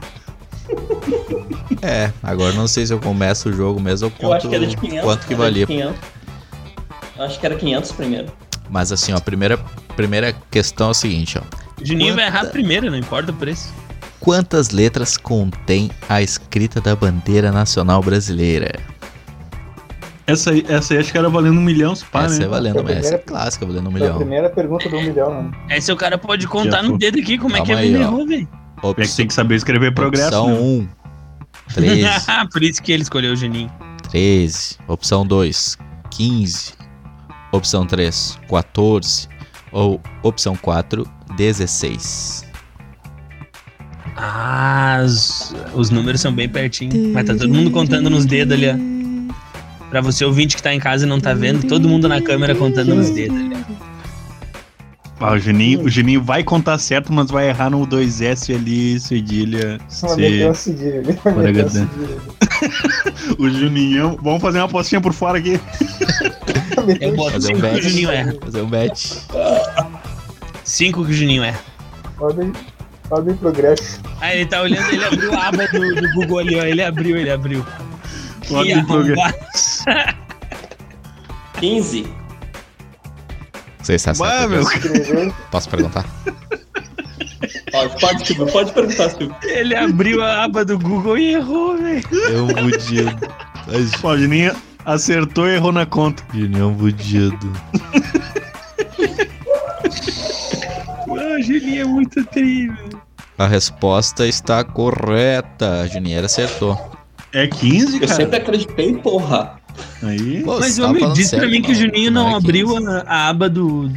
É, agora não sei se eu começo o jogo mesmo ou Eu acho quanto, que era de quinhentos. quanto que era de valia. quinhentos. Eu acho que era quinhentos primeiro. Mas assim, ó, a primeira, primeira questão é o seguinte, ó. Juninho vai Quanta- errar primeiro, não importa o preço. Quantas letras contém a escrita da bandeira nacional brasileira? Essa aí, essa aí acho que era valendo um milhão, se pá, Essa né? é valendo, Foi a mas essa é primeira- clássica, valendo um Foi a milhão. primeira pergunta do milhão, né? Esse o cara pode contar Já no foi. dedo aqui como é que Calma ele aí, ó. errou, velho. É que tem que saber escrever progresso, Opção né? um, treze. Por isso que ele escolheu o Juninho. treze. Opção dois, quinze. Opção três, quatorze. Ou opção quatro, dezesseis. Ah, os, os números são bem pertinho. Mas tá todo mundo contando nos dedos ali, ó. Pra você ouvinte que tá em casa e não tá vendo, todo mundo na câmera contando nos dedos ali. Ah, o, Juninho, o Juninho vai contar certo, mas vai errar no dois S ali, cedilha. Vai meter C. um cedilha ali. Vai Bora, meter um Gadã. cedilha ali. O Juninho. Vamos fazer uma apostinha por fora aqui. Vai meter Eu um boto Fazer um cinco que o bet. Juninho erra. Fazer um bet. Cinco que o Juninho erra. Ordem, ordem progresso. Ah, ele tá olhando, ele abriu a aba do, do Google ali, ó. Ele abriu, ele abriu. Ordem Que progresso. arrombado. quinze. Você está certo Ué, meu. disso? Escreveu. Posso perguntar? Pode, pode, Silvio, pode perguntar, Silvio. Ele abriu a aba do Google e errou, velho. É um budido. Pô, o Juninho acertou e errou na conta. Juninho é um budido. Ah, Juninho é muito tri, velho. A resposta está correta. A Juninho acertou. É quinze, Eu cara? sempre acreditei, porra. Aí. Pô, Mas, você homem, tava falando disse pra sério, mim que o Juninho não, é abriu quinze. a, a aba do...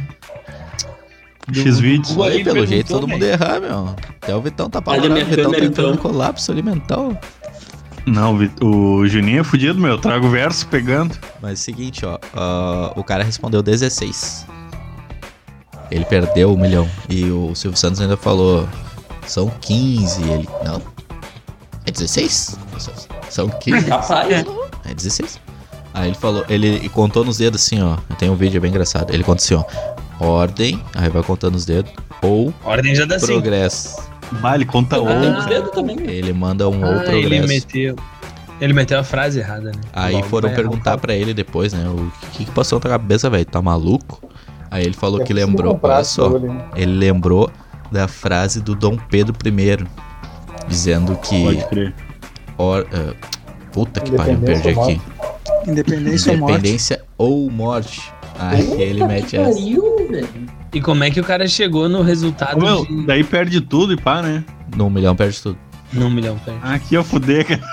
X-Vídeos. Google. Aí, Ele pelo perguntou, jeito, todo mundo velho. ia errar, meu. Até o Vitão tá Olha parado. minha O Vitão tá câmera, entrando em então. colapso alimentar. Não, Vi- o Juninho é fudido, meu. Trago o verso pegando. Mas é o seguinte, ó. ah, o cara respondeu dezesseis. Ele perdeu um milhão. E o Silvio Santos ainda falou... São quinze. Ele... Não. É dezesseis? São quinze. Rapaz, É dezesseis. Aí ele falou... Ele contou nos dedos assim, ó. Tem um vídeo bem engraçado. Ele conta assim, ó. Ordem. Aí vai contando os dedos. Ou Ordem já dá cinco. progresso. Bah, ele conta eu ou. tenho os dedos também. Ele manda um ou Ah, ele progresso. meteu... Ele meteu a frase errada, né? Aí Logo foram vai perguntar errar. pra ele depois, né? O que que passou na tua cabeça, velho? Tá maluco? Aí ele falou É que possível lembrou, comprar olha só. esse olho, hein? Ele lembrou da frase do Dom Pedro I, dizendo que... Pode crer. or- eh, puta que pariu, Independência perdi ou aqui. Independência ou morte. Independência ou morte. Aí ele mete essa. Pariu, velho. E como é que o cara chegou no resultado Ô, meu, de... daí perde tudo e pá, né? No milhão perde tudo. Num milhão, cara. Aqui eu fuder, cara.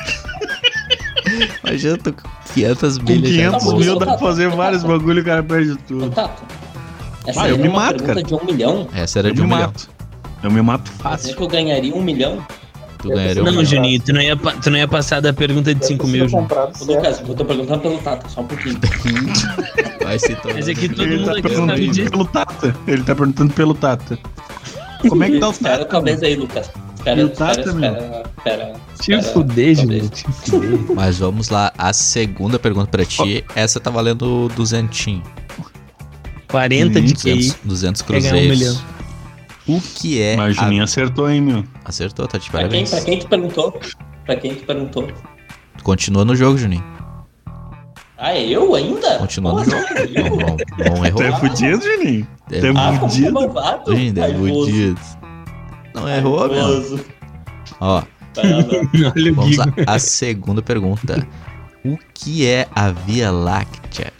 Imagina, eu tô com quinhentas Com milhas já quinhentos no bolso. mil dá pra fazer vários bagulho e o cara perde Ô, tudo. Tato. Essa Ah, aí eu era me uma mato, pergunta cara. de um milhão. Essa era Eu de me um milhão. mato. Eu me mato Mas é fácil. que eu ganharia um milhão. Tu ganharia um Não, milhão. Juninho, tu não, ia, pa- tu não ia passar da pergunta de Deve cinco ter mil, sido Juninho. comprado Ô, certo. Lucas, eu tô perguntando pelo Tato, só um pouquinho. Vai se tornar. Mas é que todo Ele mundo tá aqui perguntando sabe disso. pelo Tata. Ele tá perguntando pelo Tata. Como é que tá o Espera Tata? tua vez aí, Lucas. Espera, E o espera, Tata, meu? espera, espera. Te espera fuder, tua Juninho. vez. Te fuder. Mas vamos lá, a segunda pergunta pra ti. Essa tá valendo duzentinho. quarenta de Q I. duzentos, duzentos Quer ganhar um cruzeiros. milhão. O que é. Mas o a- Juninho acertou, hein, meu? Acertou, tá de Pra quem, parabéns. pra quem tu perguntou? Pra quem tu perguntou? Continua no jogo, Juninho. Ah, é eu ainda? Continua no Pô, jogo. eu? Não, não, não errou. Tu é fudido, Juninho? É Tu é Ah, como que fudido? malvado. Juninho, é Raivoso. fudido. Não errou, meu. Raivoso. Ó, Vai lá, vai. Olha o vamos lá. Guigo. A segunda pergunta. O que é a Via Láctea?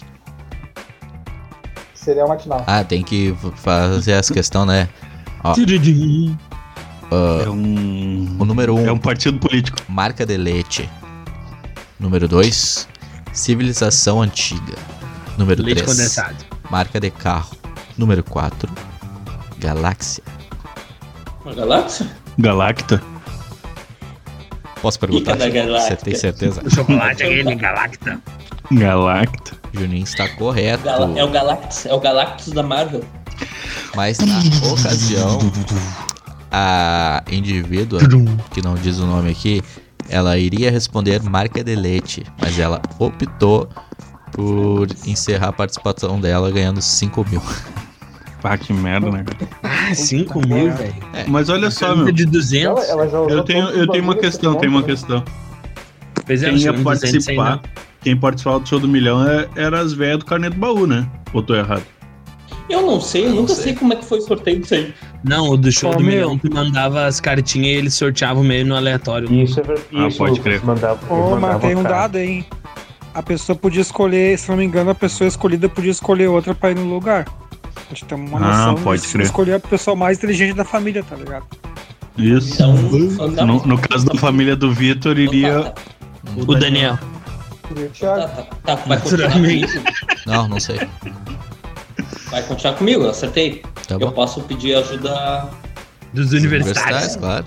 Seria o matinal. Ah, tem que fazer essa questão, né? Ó, Tiridim. É um. o número um, É um partido político. marca de leite. Número dois, civilização antiga. Número Leite três, condensado. marca de carro. Número quatro, galáxia. Uma galáxia? Galacta. Posso perguntar? Pica da galáxia. Você tem certeza? O chocolate aquele, Galacta. Galacta. Juninho está correto. Gala- É o Galactus, é o Galactus da Marvel. Mas na ocasião, a indivídua, que não diz o nome aqui, ela iria responder marca de leite, mas ela optou por encerrar a participação dela ganhando cinco mil. Pá, que merda, né? Ah, cinco mil, velho. Mas olha só, meu. Pergunta de Ela, duzentos. ela já usou Eu tenho, todos os eu tenho uma bagulhos questão, que tenho uma conta, né? questão. Pois é, Quem eu ia tinha um duzentos sem participar, não. quem participava do show do milhão é- era as velhas do Carneiro Baú, né? Ou tô errado? Eu não sei, eu Eu não nunca sei. sei. como é que foi o sorteio disso aí. Não, o do show Ô, do meu. milhão, tu mandava as cartinhas e eles sorteavam meio no aleatório. Isso é ver- Ah, isso, pode Lucas, crer. mandava, Ô, mas mandava tem um cara. dado, hein? A pessoa podia escolher, se não me engano, a pessoa escolhida podia escolher outra pra ir no lugar. A gente tem uma Ah, noção pode de crer. escolher a pessoa mais inteligente da família, tá ligado? Isso. Então, andava- No, no caso da família do Vitor, Ô, iria. Tata, O Daniel. E o Thiago, Tata, Tata, vai continuar Naturalmente. comigo? Não, não sei. Vai continuar comigo, eu acertei. Tá Eu bom. posso pedir ajuda. Dos universitários. claro.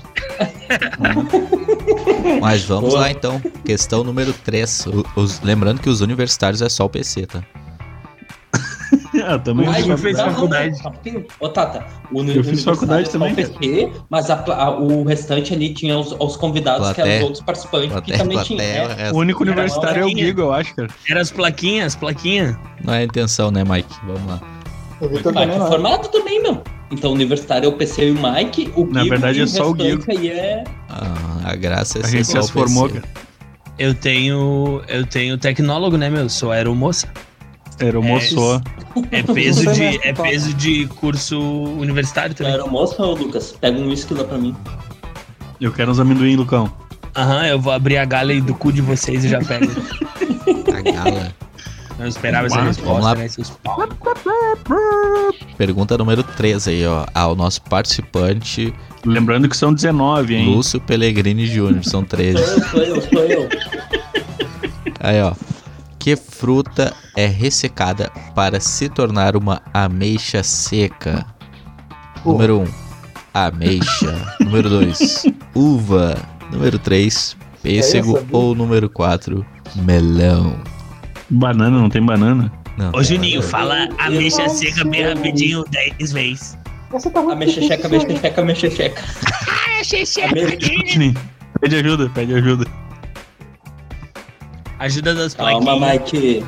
Mas vamos Boa. lá então. Questão número três. Lembrando que os universitários é só o P C, tá? Ah, também Ai, fiz eu fiz faculdade. faculdade. Ô, Tata, o Eu fiz faculdade também, O P C, mas a pla- a- o restante ali tinha os, os convidados, que Plateia. eram os outros participantes, que Plateia, também plateia, tinha. É, O único Era universitário é o plaquinha. Guigo, eu acho, cara. Era as plaquinhas, as plaquinhas. Não é a intenção, né, Mike? Vamos lá. o Vitor Vai também não. formado também, meu. Então, o universitário é o P C e o Mike, o Na Guigo verdade, e é só o restante aí é... Ah, a graça é A ser gente só já o se formou, P C. cara. Eu tenho. Eu tenho tecnólogo, né, meu? Sou aeromoça. Aeromoço. É peso de, é peso de curso universitário também. Aeromoço, ô Lucas? Pega um uísque lá pra mim. Eu quero uns amendoim, Lucão. Aham, eu vou abrir a gala aí do cu de vocês e já pego. A gala. Não esperava essa Vamos resposta, lá. né? Seus pau. Pergunta número três aí, ó. Ao nosso participante, Lembrando que são dezenove, hein? Lúcio Pellegrini Júnior. São treze. Sou eu, sou eu, sou eu. Aí, ó. Que fruta é ressecada para se tornar uma ameixa seca? Número um, ameixa. Número dois, uva. Número três, pêssego. É isso, Ou número quatro, melão. Banana, não tem banana? Não, Ô, Juninho, não. fala ameixa seca bem rapidinho, dez vezes. Essa tá muito A mexecheca, a mexecheca, a mexecheca. Juninho, pede ajuda, pede ajuda. Ajuda das Calma, plaquinhas. Mike.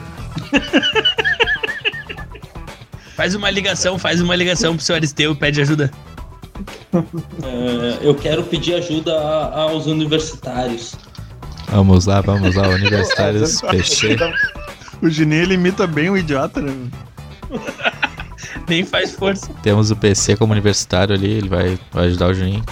Faz uma ligação, faz uma ligação pro seu Aristeu e pede ajuda. É, eu quero pedir ajuda a- aos universitários. Vamos lá, vamos lá, Universitários P C. O Juninho, ele imita bem o idiota, né? Nem faz força. Temos o P C como universitário ali, ele vai, vai ajudar o Juninho.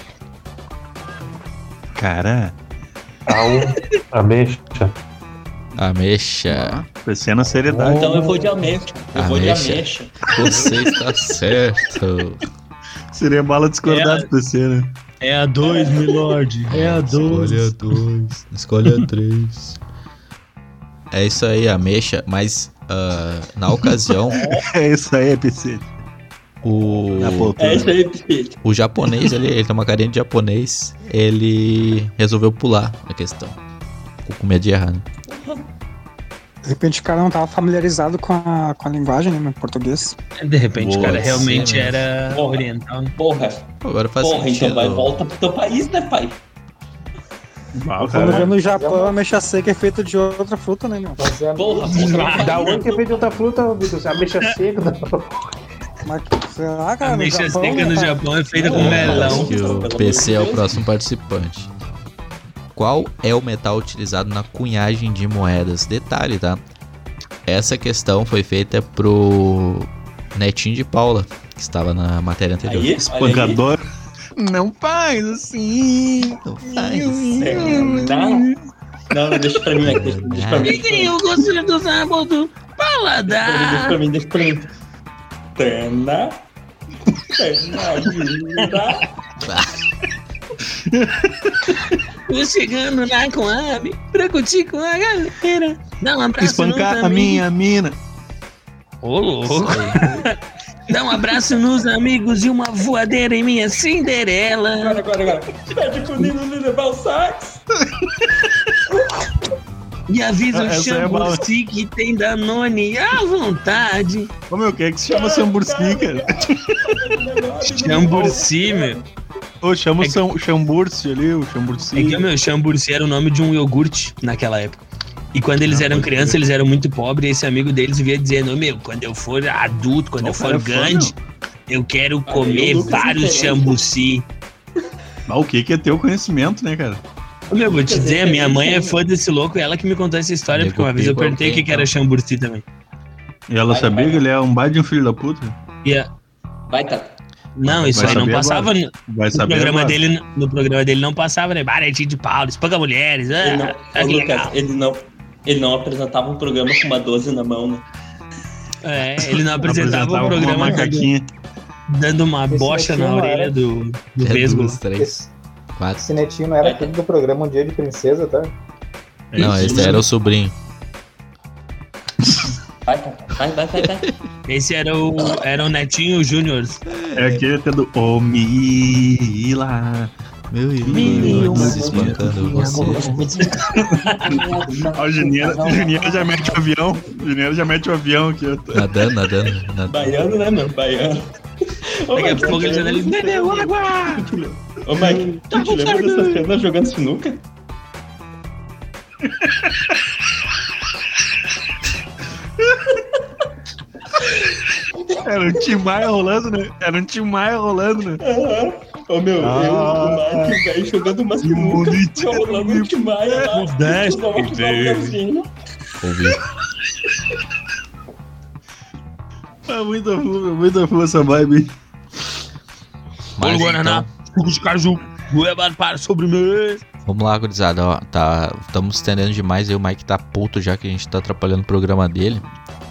Cara, A um, ameixa. Ameixa. P C na seriedade. Então eu vou de ameixa. Eu vou de Ameixa. ameixa. Você está certo. Seria bala discordar É. do P C, né? É a dois, milord. É a dois. Escolha dois. Escolha três. É isso aí, ameixa. Mas ah, na ocasião, É isso aí, P C. o, Na poltrona. É isso aí, filho. o japonês ali, ele tem uma carinha de japonês, ele resolveu pular a questão. Ficou com medo de errar, né? De repente o cara não tava familiarizado com a, com a linguagem, né, meu português. De repente, Boa, cara, realmente sim, né? era Porra. oriental. né? Porra, Pô, agora faz porra, sentido. então vai, volta pro teu país, né, pai? Ah, o Quando cara- vê no Japão, a ameixa seca é feita de outra fruta, né, meu? Fazendo Porra, isso. porra. Da onde que é feito de outra fruta, Vitor? Ameixa seca. Mas, sei lá, cara, A no ameixa Japão, seca né, no cara? Japão é feita com É, melão. Acho que o Pelo P C é amor o de próximo participante. Qual é o metal utilizado na cunhagem de moedas? Detalhe, tá? Essa questão foi feita pro Netinho de Paula, que estava na matéria anterior. Aí, olha aí. Espancador. Não faz assim. Não faz. Não, não, deixa pra mim, Mike. Deixa, deixa pra mim. Deixa pra mim, Eu gosto do sabor do deixa paladar. pra mim, deixa pra mim. Tana. Tana, linda. Tô chegando na Coab pra curtir com a galera. Dá um abraço Espancar nos a amigos. minha mina. Ô, louco. Dá um abraço nos amigos e uma voadeira em minha Cinderela. Agora, agora, agora. Pede pro Nino levar o sax. E avisa o Essa é bala. Chamburci que tem Danone à vontade. Ô, meu, quem é que se chama Samburci, cara? Chamburci, meu. Ô, chama É o São- Chamburci ali, o Chamburci. É que, meu, Chamburci era o nome de um iogurte naquela época. E quando eles Ah, eram pode crianças, crer. eles eram muito pobres. E esse amigo deles vivia dizendo: meu, quando eu for adulto, quando Ô, eu for cara é fã, grande, eu quero Aí, comer o Lucas vários diferente. Chamburci. Ah, o que que é ter o conhecimento, né, cara? Ô, meu, vou te Lucas dizer, é a minha mãe é diferente, fã desse louco e ela que me contou essa história, Nego porque uma vez eu Pico é o perguntei o quê, que, que era então? Chamburci também. E ela Vai, sabia vai. que ele é um baita de um filho da puta? E a- Vai, Tata. Não, isso Vai aí não saber passava no, Vai no saber programa agora. dele. No programa dele não passava, né? Baretinho de Paulo, espanca mulheres. Ah, Ele não, ah, ô, que Lucas, legal. ele não, ele não apresentava um programa com uma doze na mão, né? É, ele não apresentava o com uma programa dando, macaquinha. dando uma Esse bocha na netinho não orelha era. do, do É vesgo. duas, três, Esse, quatro. esse netinho não era aquele do programa Um Dia de Princesa, tá? Não, Isso. esse era o sobrinho. Vai, Tata. Vai, vai, vai, vai. Esse era o, era o Netinho Júnior. É aquele até do Ô Mila. Meu Meu irmão, se espancando você. Ó, o Juninho, o Juninho já mete o avião. O Juninho já mete o avião aqui. ó. Nadando, nadando, nadando. Baiano, né, meu? Baiano. Ô, Daqui a Mike, pouco ele já tá ali. Bebeu água! Ô, Mike, tu te lembra dessa cena jogando sinuca? Era um Tim Maia rolando, né? Era um Tim Maia rolando, né? Aham. Ô, meu, Ah. eu, o Mike, velho, jogando uma sinuca, Bonito. rolando um Timaya lá. Modeste, usava um velho. lugarzinho. Ouvi. É muita fuga, muita fuga essa vibe. Mas, Ô, Guaraná, então, suco de caju, goiabada para sobremesa. vamos lá, gurizada. Ó, tá, estamos estendendo demais aí. O Mike tá puto já que a gente tá atrapalhando o programa dele.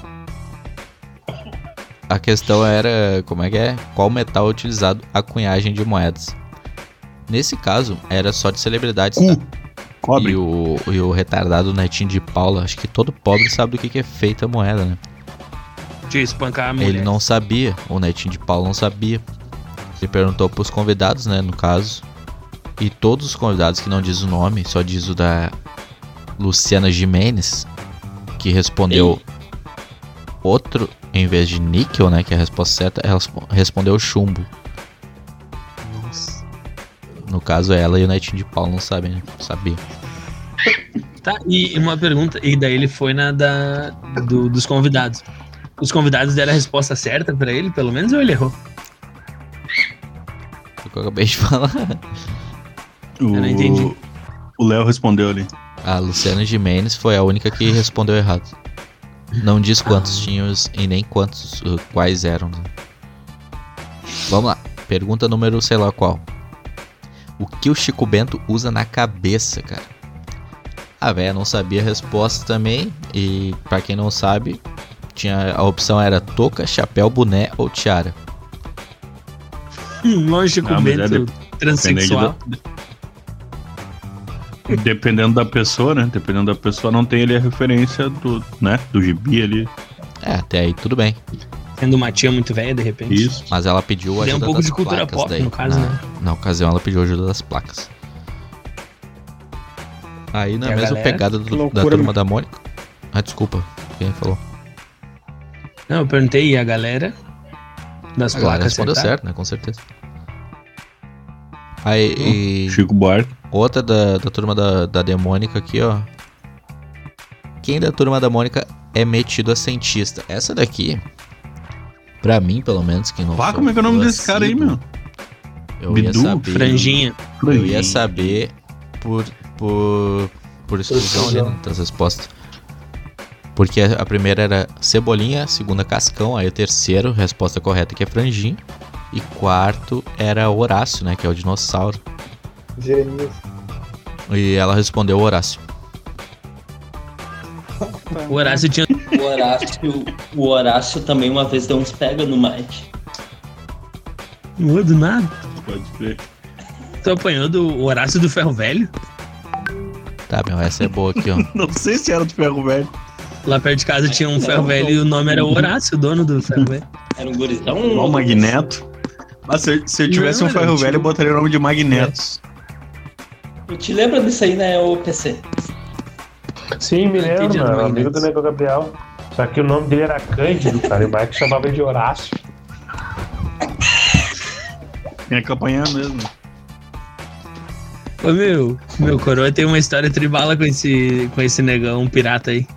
A questão era, como é que é? Qual metal é utilizado a cunhagem de moedas? Nesse caso, era só de celebridades, Cu. tá? Cobre. E o, e o retardado netinho de Paula, acho que todo pobre sabe do que, que é feita a moeda, né? Deixa eu espancar a mulher. Ele não sabia, o netinho de Paula não sabia. Ele perguntou pros convidados, né, no caso. E todos os convidados que não diz o nome, só diz o da Luciana Gimenez, que respondeu outro em vez de níquel, né, que é a resposta certa, ela respondeu chumbo. Nossa. No caso, ela e o netinho de Paula não sabem, né? Sabia. Tá, e uma pergunta, e daí ele foi na da, do- dos convidados. Os convidados deram a resposta certa pra ele, pelo menos, ou ele errou? Foi o que eu acabei de falar. O... Eu não entendi. O Léo respondeu ali. A Luciana Gimenez foi a única que respondeu errado. Não diz quantos tinham e nem quantos, uh, quais eram. Né? Vamos lá. Pergunta número sei lá qual. O que o Chico Bento usa na cabeça, cara? A véia não sabia a resposta também. E pra quem não sabe, tinha, a opção era touca, chapéu, boné ou tiara. Longe com Ah, o mas é Bento de- transexual. Dependendo da pessoa, né? Dependendo da pessoa, não tem ali a referência do, né? Do gibi ali. É, até aí tudo bem. Sendo uma tia muito velha, de repente. Isso. Mas ela pediu Tem ajuda um pouco das de cultura placas pop, daí. no caso, na, né? na ocasião ela pediu ajuda das placas. Aí na E a mesma galera? pegada do- Que da loucura, turma meu. da Mônica. Ah, desculpa. Quem falou? Não, eu perguntei, e a galera das A galera placas respondeu acertaram? certo, né? Com certeza. Aí, e Chico Buarque. outra da, da turma da, da Demônica aqui, ó. Quem da turma da Mônica é metido a cientista? Essa daqui, pra mim, pelo menos, que não Vá, sou como é que é o nome fã desse cara aí, assíduo, meu? Eu ia Bidu? saber. Franjinha. Eu ia saber por, por, por exclusão ali exclusão. né, das respostas. Porque a a primeira era Cebolinha, a segunda Cascão, aí o terceiro, resposta correta que é Franjinha. E quarto era Horácio, né, que é o dinossauro. Jeremias. E ela respondeu Horácio. O Horácio tinha. O Horácio, o Horácio também uma vez deu uns pega no Mike. Não do nada. Pode crer. Tu apanhou do Horácio do Ferro Velho? Tá, meu, essa é boa aqui, ó. Não sei se era do Ferro Velho. Lá perto de casa tinha um Ferro Velho e o nome era Horácio, o dono do Ferro Velho. Era um gurizão. Igual o Magneto. Mas se, eu- se eu tivesse Não, um era Ferro tipo- Velho, eu botaria o nome de Magneto. Tu te lembra disso aí, né, ô P C? Sim, me Eu entendi lembro, as mano. Amigo magnetos. do Nego Gabriel. Só que o nome dele era Cândido, cara. E o Mike chamava ele de Horácio. Tinha que apanhar mesmo. Ô meu, meu coroa tem uma história tribala com esse, com esse negão pirata aí.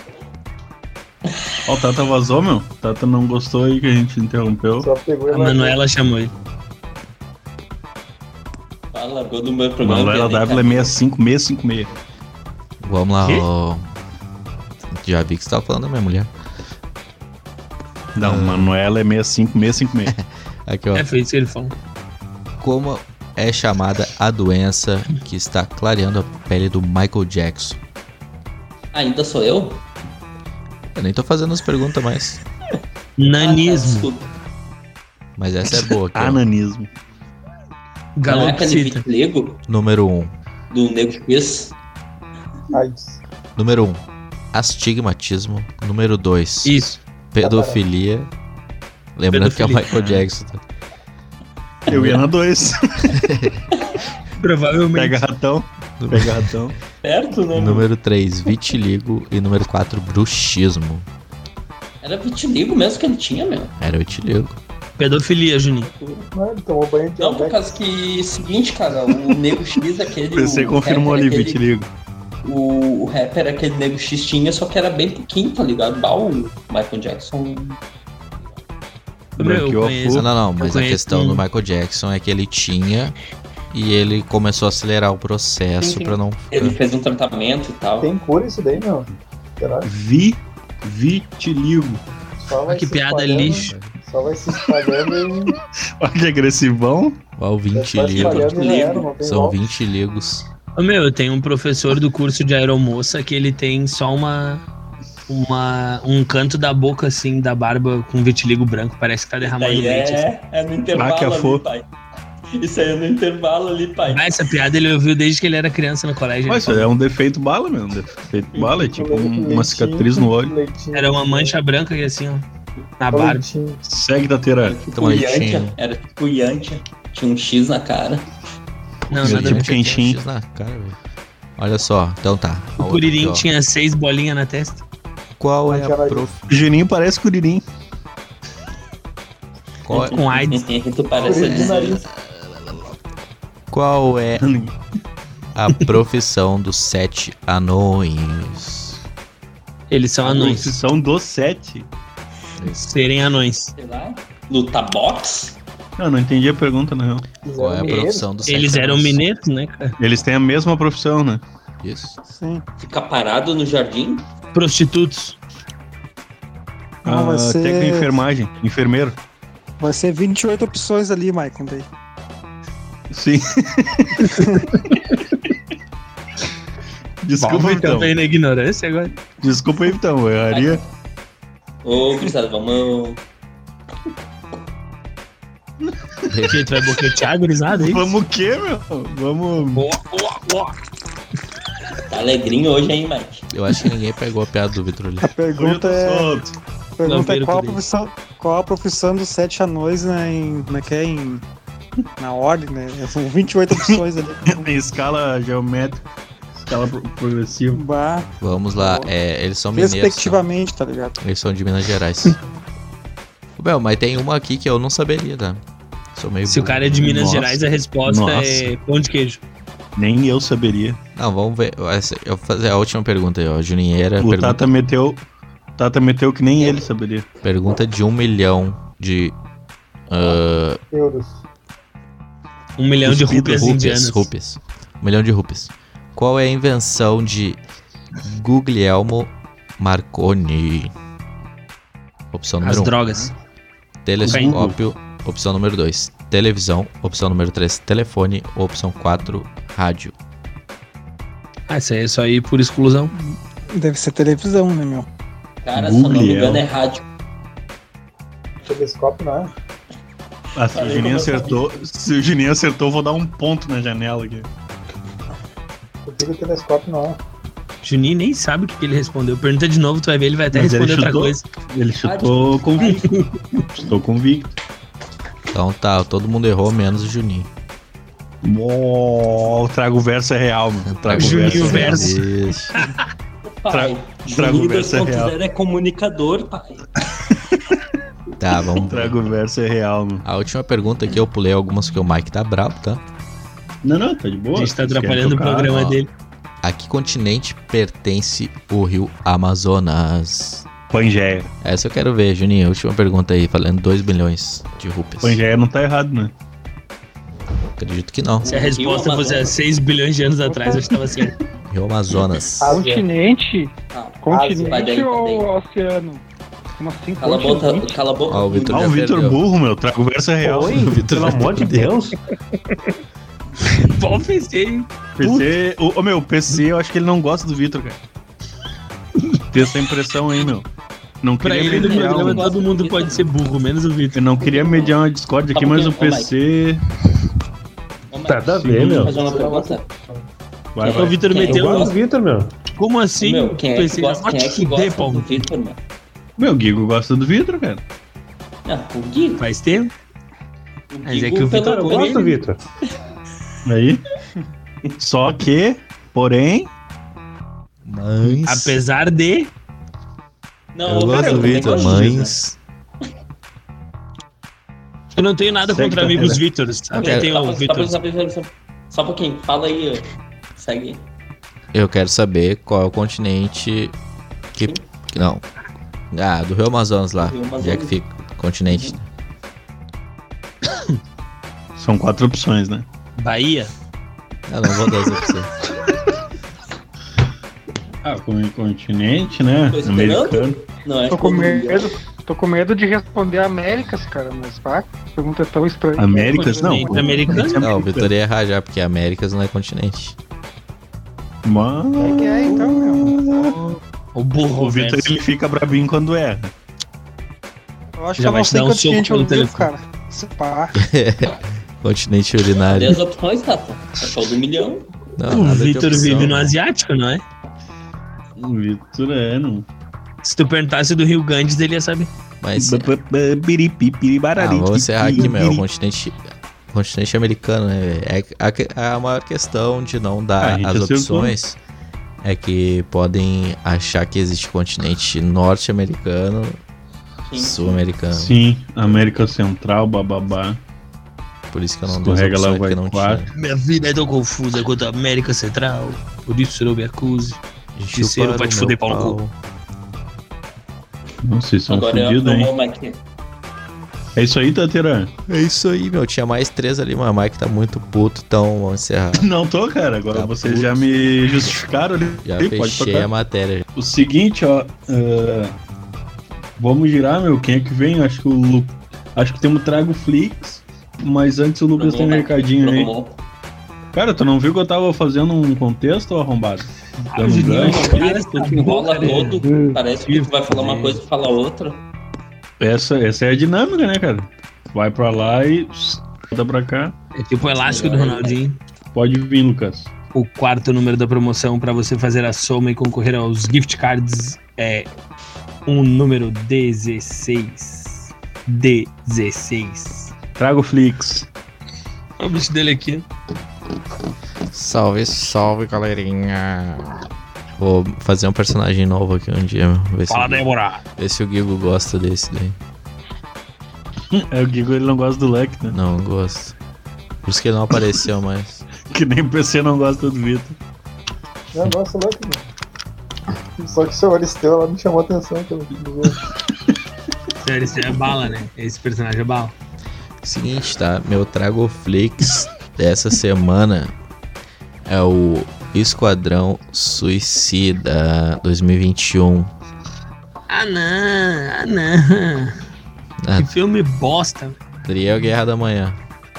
Ó, o Tata vazou, meu. O Tata não gostou aí que a gente interrompeu. Só pegou e A largou. Manuela chamou ele. Ah, largou do meu programa. Manuela veio nem W cá. é sessenta e cinco, seiscentos e cinquenta e seis. Vamos lá, Quê? ó. Já vi que você tava falando da minha mulher. Não, Ah. Manuela é sessenta e cinco, seiscentos e cinquenta e seis. Aqui, ó. É, foi isso que ele falou. Como é chamada a doença que está clareando a pele do Michael Jackson? Ainda sou eu? Eu nem tô fazendo as perguntas mais. Ah, tá, Nanismo. desculpa. Mas essa é boa aqui, ó. Ananismo. Não é aquele Galopsita. vitiligo Número um. do Nego X? AIDS. Número um. Astigmatismo. Número dois. Isso. Pedofilia. Lembrando que é o Pedofilia. Michael Jackson. Tá? Eu ia na dois. Provavelmente. Pega ratão. Pega ratão. Perto, né? meu? Número três. Vitiligo. E número quatro. Bruxismo. Era vitiligo mesmo que ele tinha, meu. Era o vitiligo. Pedofilia, Juninho. Mano, ele tomou banho de Não, por diabetes. causa que, seguinte, cara, o Nego X, aquele. Você o confirmou ali, rapper, aquele- vitiligo. O, o rapper, aquele Nego X tinha, só que era bem pouquinho, tá ligado? Igual o Michael Jackson. Meu, eu Branqueou a conheço. Não, não, não. Mas a conheço questão um- do Michael Jackson é que ele tinha. E ele começou a acelerar o processo Sim, sim. pra não. Ele fez um tratamento e tal. Tem cura isso daí, meu? Será? Vi, vitiligo. Só vai Que se piada espalhando, lixo. Só vai se espalhando e. Olha que agressivão. Ó, o vinte Só se ligos. espalhando e já era, não tem São volta. vinte ligos. Ô, meu, eu tenho um professor do curso de aeromoça que ele tem só uma, uma um canto da boca, assim, da barba com vitiligo branco. Parece que tá derramando Daí leite. assim. é, é no intervalo Ah, que ali, afo. pai. Isso aí é no intervalo ali, pai. Ah, essa piada ele ouviu desde que ele era criança no colégio. Mas isso é um defeito bala, meu. Um defeito bala, é tipo um- uma Leitinho, cicatriz no olho. leitinho, Era uma mancha branca aqui, assim, ó, na barba. leitinho. Segue da teira. Toma Tipo Yantia, leitinho. era tipo Yantia. Tinha um X na cara. Não, Meu nada a tipo ver. quem- Quentinho. Tem um X na cara, velho. Olha só, então tá. O Aqui, Curirim ó. tinha seis bolinhas na testa. Qual é a Aquela- prof... Juninho parece Curirim. Qual é... Com AIDS. Tu parece Curirim. de nariz. Qual é a profissão dos sete anões? Eles são anões. São dos sete. Serem anões. Sei lá. Luta box? Eu não entendi a pergunta, na real. Qual é a Mineiro? profissão dos sete Eles eram anões? mineiros, né, cara? Eles têm a mesma profissão, né? Isso. Sim. Fica parado no jardim? Prostitutos. Não, vai Ah, ser- técnico de enfermagem. Enfermeiro. Vai ser vinte e oito opções ali, Maicon. Daí. Sim. Desculpa, Vamos então. também na ignorância agora. Desculpa aí, então. Eu erraria. Ô, gurizada, vamos. Que tu vai boquetear, gurizada, é isso? Vamos o quê, meu? Vamos. Tá alegrinho hoje, hein, Mike? Eu acho que ninguém pegou a piada do Vitor ali. A pergunta é, solto. a pergunta é Lampeiro qual, a tudo profissão, qual a profissão dos sete anões, né, em, como é que é, em, na ordem, né? São vinte e oito opções ali. Em escala geométrica. Escala pro- progressiva. Bah, Vamos lá, é, eles são mineiros. São, respectivamente, tá ligado? eles são de Minas Gerais. Bel, mas tem uma aqui que eu não saberia, tá? Sou meio Se o burro. cara é de Minas Nossa. Gerais, a resposta Nossa. é pão de queijo. Nem eu saberia. Não, vamos ver. Essa- Eu vou fazer a última pergunta aí, ó. Juninheira, O pergunta, Tata meteu. Tata meteu que nem ele saberia. pergunta de um milhão de. ah, Euros. Um milhão de Cuspido, rupias rúpias, indianas. rupias. Um milhão de rupias. Qual é a invenção de Guglielmo Marconi? Opção As número um. drogas. Telescópio. Opção número dois. Televisão. Opção número três. Telefone. Opção quatro. Rádio. Ah, isso aí é só ir por exclusão. Deve ser televisão, né, meu? Cara, se eu não me Google. engano, é rádio. Telescópio não é? Ah, se o Falei Juninho como eu acertou. Se o Juninho acertou, eu vou dar um ponto na janela aqui. Eu digo telescópio não é. Juninho nem sabe o que que ele respondeu. Pergunta de novo, tu vai ver, ele vai até Mas ele responder outra chutou. coisa. Ele chutou convicto. Chutou convicto. Então tá, todo mundo errou, menos o Juninho. Oh, o Trago Verso é real, mano. Trago Juninho Verso é real. Verso. Isso. Pai, trago Juninho verso é dois ponto real. zero é comunicador, pai. Tá, vamos ver. Trago Verso é real, mano. A última pergunta aqui, eu pulei algumas que o Mike tá bravo, tá? Não, não, tá de boa. A gente tá Vocês querem atrapalhando o tocar? programa ó. dele. A que continente pertence o rio Amazonas? Pangeia. Essa eu quero ver, Juninho. Última pergunta aí, falando dois bilhões de rupias. Pangeia não tá errado, né? Acredito que não. Se a resposta Rio fosse há Amazonas. seis bilhões de anos atrás, eu estava assim. Rio Amazonas. Ásia. Continente? Ah, Continente vai daí, vai ou daí. oceano? Como assim? Cala a boca, continente? cala a boca. Ó, o Vitor Ah, já o Vitor perdeu. burro, meu. Trago Verso é real. Oi, O Vitor pelo já amor de perdeu. Deus. Bom, pensei. P C. Ô, ô, meu, o P C eu acho que ele não gosta do Vitor, cara. Tem essa impressão aí, meu. Não Pra queria ele no mediar. programa Um... todo mundo pode ser burro, menos o Vitor. Eu não queria mediar uma Discord aqui, Só mas o porque- ô, P C. Ô, Mike, Nada a ver, meu. fazer uma pergunta. Vai, O vai. Vitor Quem é meteu. Eu gosto um- do Vitor, meu. Como assim? Meu, quem é que Pensei, gosta, vai quem é te que fuder, gosta Paulo. do Vitor, meu? Meu, Guigo gosta do Vitor, cara. Não, o Gui. Faz tempo. O Mas é Guigo que o pelo- Vitor Eu Por gosto do ele. Vitor. Aí. Só que, porém. Mães. Apesar de. Não, Eu ô, gosto cara, do também Vitor. gosto do Mães. Eu não tenho nada Segue contra tua amigos vida. Vítors. Até quero- tenho Só o pra- só Vitor. pra- só pra- só pra- Só um pouquinho, fala aí, ó. Segue. Eu quero saber qual é o continente que. que não. Ah, do Rio Amazonas lá. Rio Amazonas. Onde é que fica? Continente. São quatro opções, né? Bahia. Eu não vou dar as opções. Ah, com continente, né? Tô esperando. Americano. Não, é Tô com medo. tô com medo de responder Américas, cara, mas pá, a pergunta é tão estranha. Américas? Não. Continente americano. Não, o Vitor ia errar já, porque Américas não é continente. Mano. É que é, então, meu. O burro, O Vitor velho. ele fica brabinho quando erra. Eu acho Já que eu vai não te sei dar um quantos soco gente eu pelo vivo, telefone. cara. Se pá. Continente Cadê urinário. as opções, Tata? É show do milhão. Não, O nada de Vitor opção, vive no né? asiático, não é? O Vitor é, não. Se tu perguntasse do Rio Ganges, ele ia saber. Mas. B- b- b- biripi, Ah, piribarari, vamos encerrar aqui, meu. O biri. continente, continente americano, né? É a, a maior questão de não Ah, a dar gente as acertou. opções é que podem achar que existe continente norte-americano, Sim. sul-americano. Sim, América Central, bababá. Por isso que eu não dou as Escorrega lá, opções, vai porque não quatro. tinha. Minha vida é tão confusa quanto a América Central. Por isso não me acuse. Justiceiro Chupa vai te no foder meu pau no cu. pau. Nossa, vocês são Agora eu fodidos, hein? não vou mais. É isso aí, Tateira? É isso aí, meu. Tinha mais três ali, mas o Mike tá muito puto, então vamos encerrar. Não tô, cara. Agora Tá vocês puto. já me justificaram ali. Já Ih, pode fechei tocar. a matéria. O seguinte, ó. ah, vamos girar, meu. Quem é que vem? Acho que o Lu... Acho que temos Trago Flix. Mas antes o Lucas tem um recadinho aí. Programou. Cara, tu não viu que eu tava fazendo um contexto, ô arrombado? Ah, Dando Juninho, gancho. cara, você tem Enrola cara. todo. Parece que tu vai falar uma coisa e fala outra. Essa, essa é a dinâmica, né, cara? Vai pra lá e volta pra cá. É tipo o elástico do Ronaldinho. Pode vir, Lucas. O quarto número da promoção para você fazer a soma e concorrer aos gift cards é um número dezesseis. dezesseis. Trago Flix. Olha o bicho dele aqui. Salve, salve, galerinha. Vou fazer um personagem novo aqui um dia, meu. Ver se, Fala, Débora. ver se o Gigo gosta desse daí. É, o Gigo ele não gosta do Leque, né? Não, gosto. Por isso que ele não apareceu mais. Que nem o P C não gosta do Vitor. Não, nossa, louco, mano. Só que o seu Aristeu, ela me chamou a atenção. Que eu... Sério, isso é bala, né? Esse personagem é bala. Seguinte, tá? Meu Trago Flix dessa semana é o Esquadrão Suicida dois mil e vinte e um. Ah, não. Ah, não. Ah, Que filme bosta. Triel Guerra da Manhã.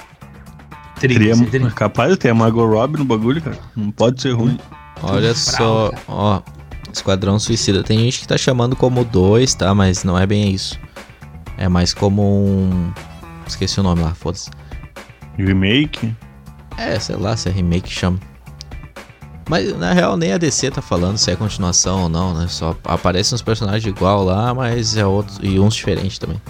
Seria Triste, triste. capaz de ter a Margot Robbie no bagulho, cara. Não pode ser ruim. Olha só, ó. Esquadrão Suicida. Tem gente que tá chamando como dois, tá? Mas não é bem isso. É mais como um. Esqueci o nome lá, foda-se. Remake? É, sei lá se é remake que chama. Mas na real nem a D C tá falando se é continuação ou não, né? Só aparecem uns personagens igual lá, mas é outros. E uns diferentes também.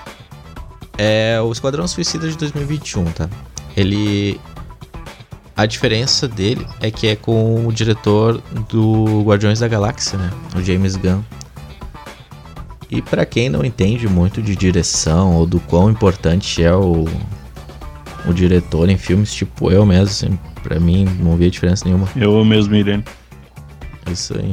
É o Esquadrão Suicida de dois mil e vinte e um, tá? Ele. A diferença dele é que é com o diretor do Guardiões da Galáxia, né? O James Gunn. E pra quem não entende muito de direção ou do quão importante é o, o diretor em filmes, tipo eu mesmo, assim, pra mim não via diferença nenhuma. Eu mesmo, Irene. Isso aí.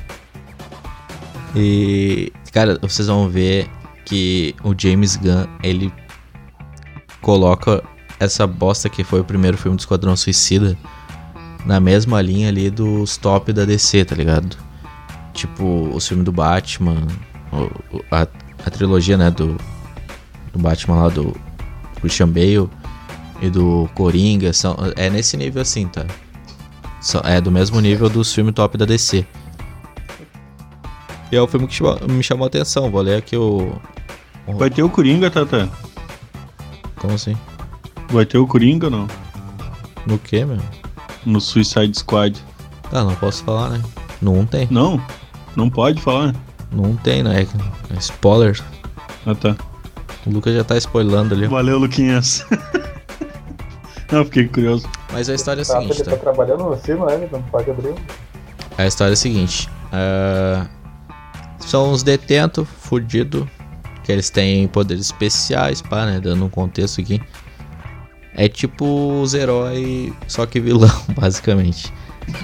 E, cara, vocês vão ver que o James Gunn, ele coloca essa bosta que foi o primeiro filme do Esquadrão Suicida na mesma linha ali dos top da D C, tá ligado? Tipo, o filme do Batman, o- o- a, a trilogia, né, do, do Batman lá, do Christian Bale e do Coringa, são, é nesse nível assim, tá? Só- é do mesmo nível dos filmes top da D C. E é o filme que chamou- me chamou a atenção, vou ler aqui o... o- Vai ter o Coringa, Tata? Como assim? Vai ter o Coringa ou não? No que, meu? No Suicide Squad. Ah, não posso falar, né? No um tem. Não? Não pode falar? No um tem, né? É spoiler. Ah, tá. O Lucas já tá spoilando ali. Valeu, Luquinhas. Não, fiquei curioso. Mas a história é a Tá, seguinte, ele tá? tá trabalhando no filme, né? Não pode abrir. A história é a seguinte. ah, são uns detentos fudidos. Que eles têm poderes especiais, pá, né? Dando um contexto aqui. É tipo os heróis, só que vilão, basicamente.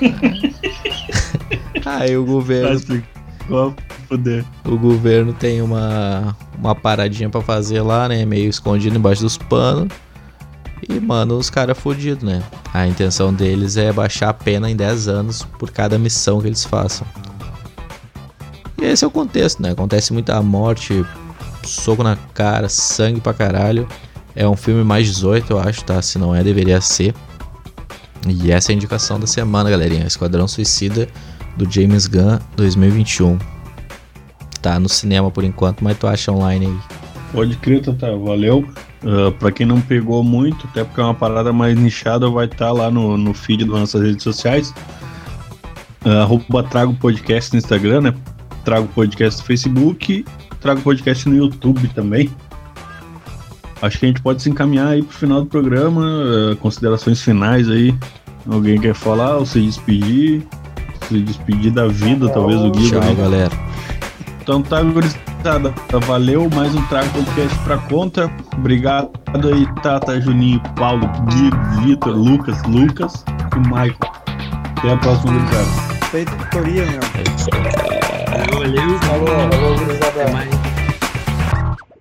Aí o Tá, governo, explicou. Poder. o governo tem uma, uma paradinha pra fazer lá, né? Meio escondido embaixo dos panos. E, mano, os caras fudidos, né? A intenção deles é baixar a pena em dez anos por cada missão que eles façam. E esse é o contexto, né? Acontece muita morte soco na cara, sangue pra caralho. É um filme mais dezoito, eu acho, tá? Se não é, deveria ser. E essa é a indicação da semana, galerinha. Esquadrão Suicida, do James Gunn, dois mil e vinte e um. Tá no cinema por enquanto, mas tu acha online aí. Pode crer, Tata, valeu. Uh, pra quem não pegou muito, até porque é uma parada mais nichada, vai estar tá lá no, no feed das nossas redes sociais. Uh, arroba Trago Podcast no Instagram, né? Trago Podcast no Facebook, Trago Podcast no YouTube também. Acho que a gente pode se encaminhar aí pro final do programa. Uh, considerações finais aí. Alguém quer falar ou se despedir? Se despedir da vida, talvez o Guido. Tchau, né? galera. Então tá, gurizada. Valeu, mais um Trago Podcast pra conta. Obrigado aí, Tata, Juninho, Paulo, Guido, Vitor, Lucas, Lucas e Michael. Até a próxima, gurizada. Feitoria, meu. Valeu, valeu. Falou, falou, gurizada. Até mais.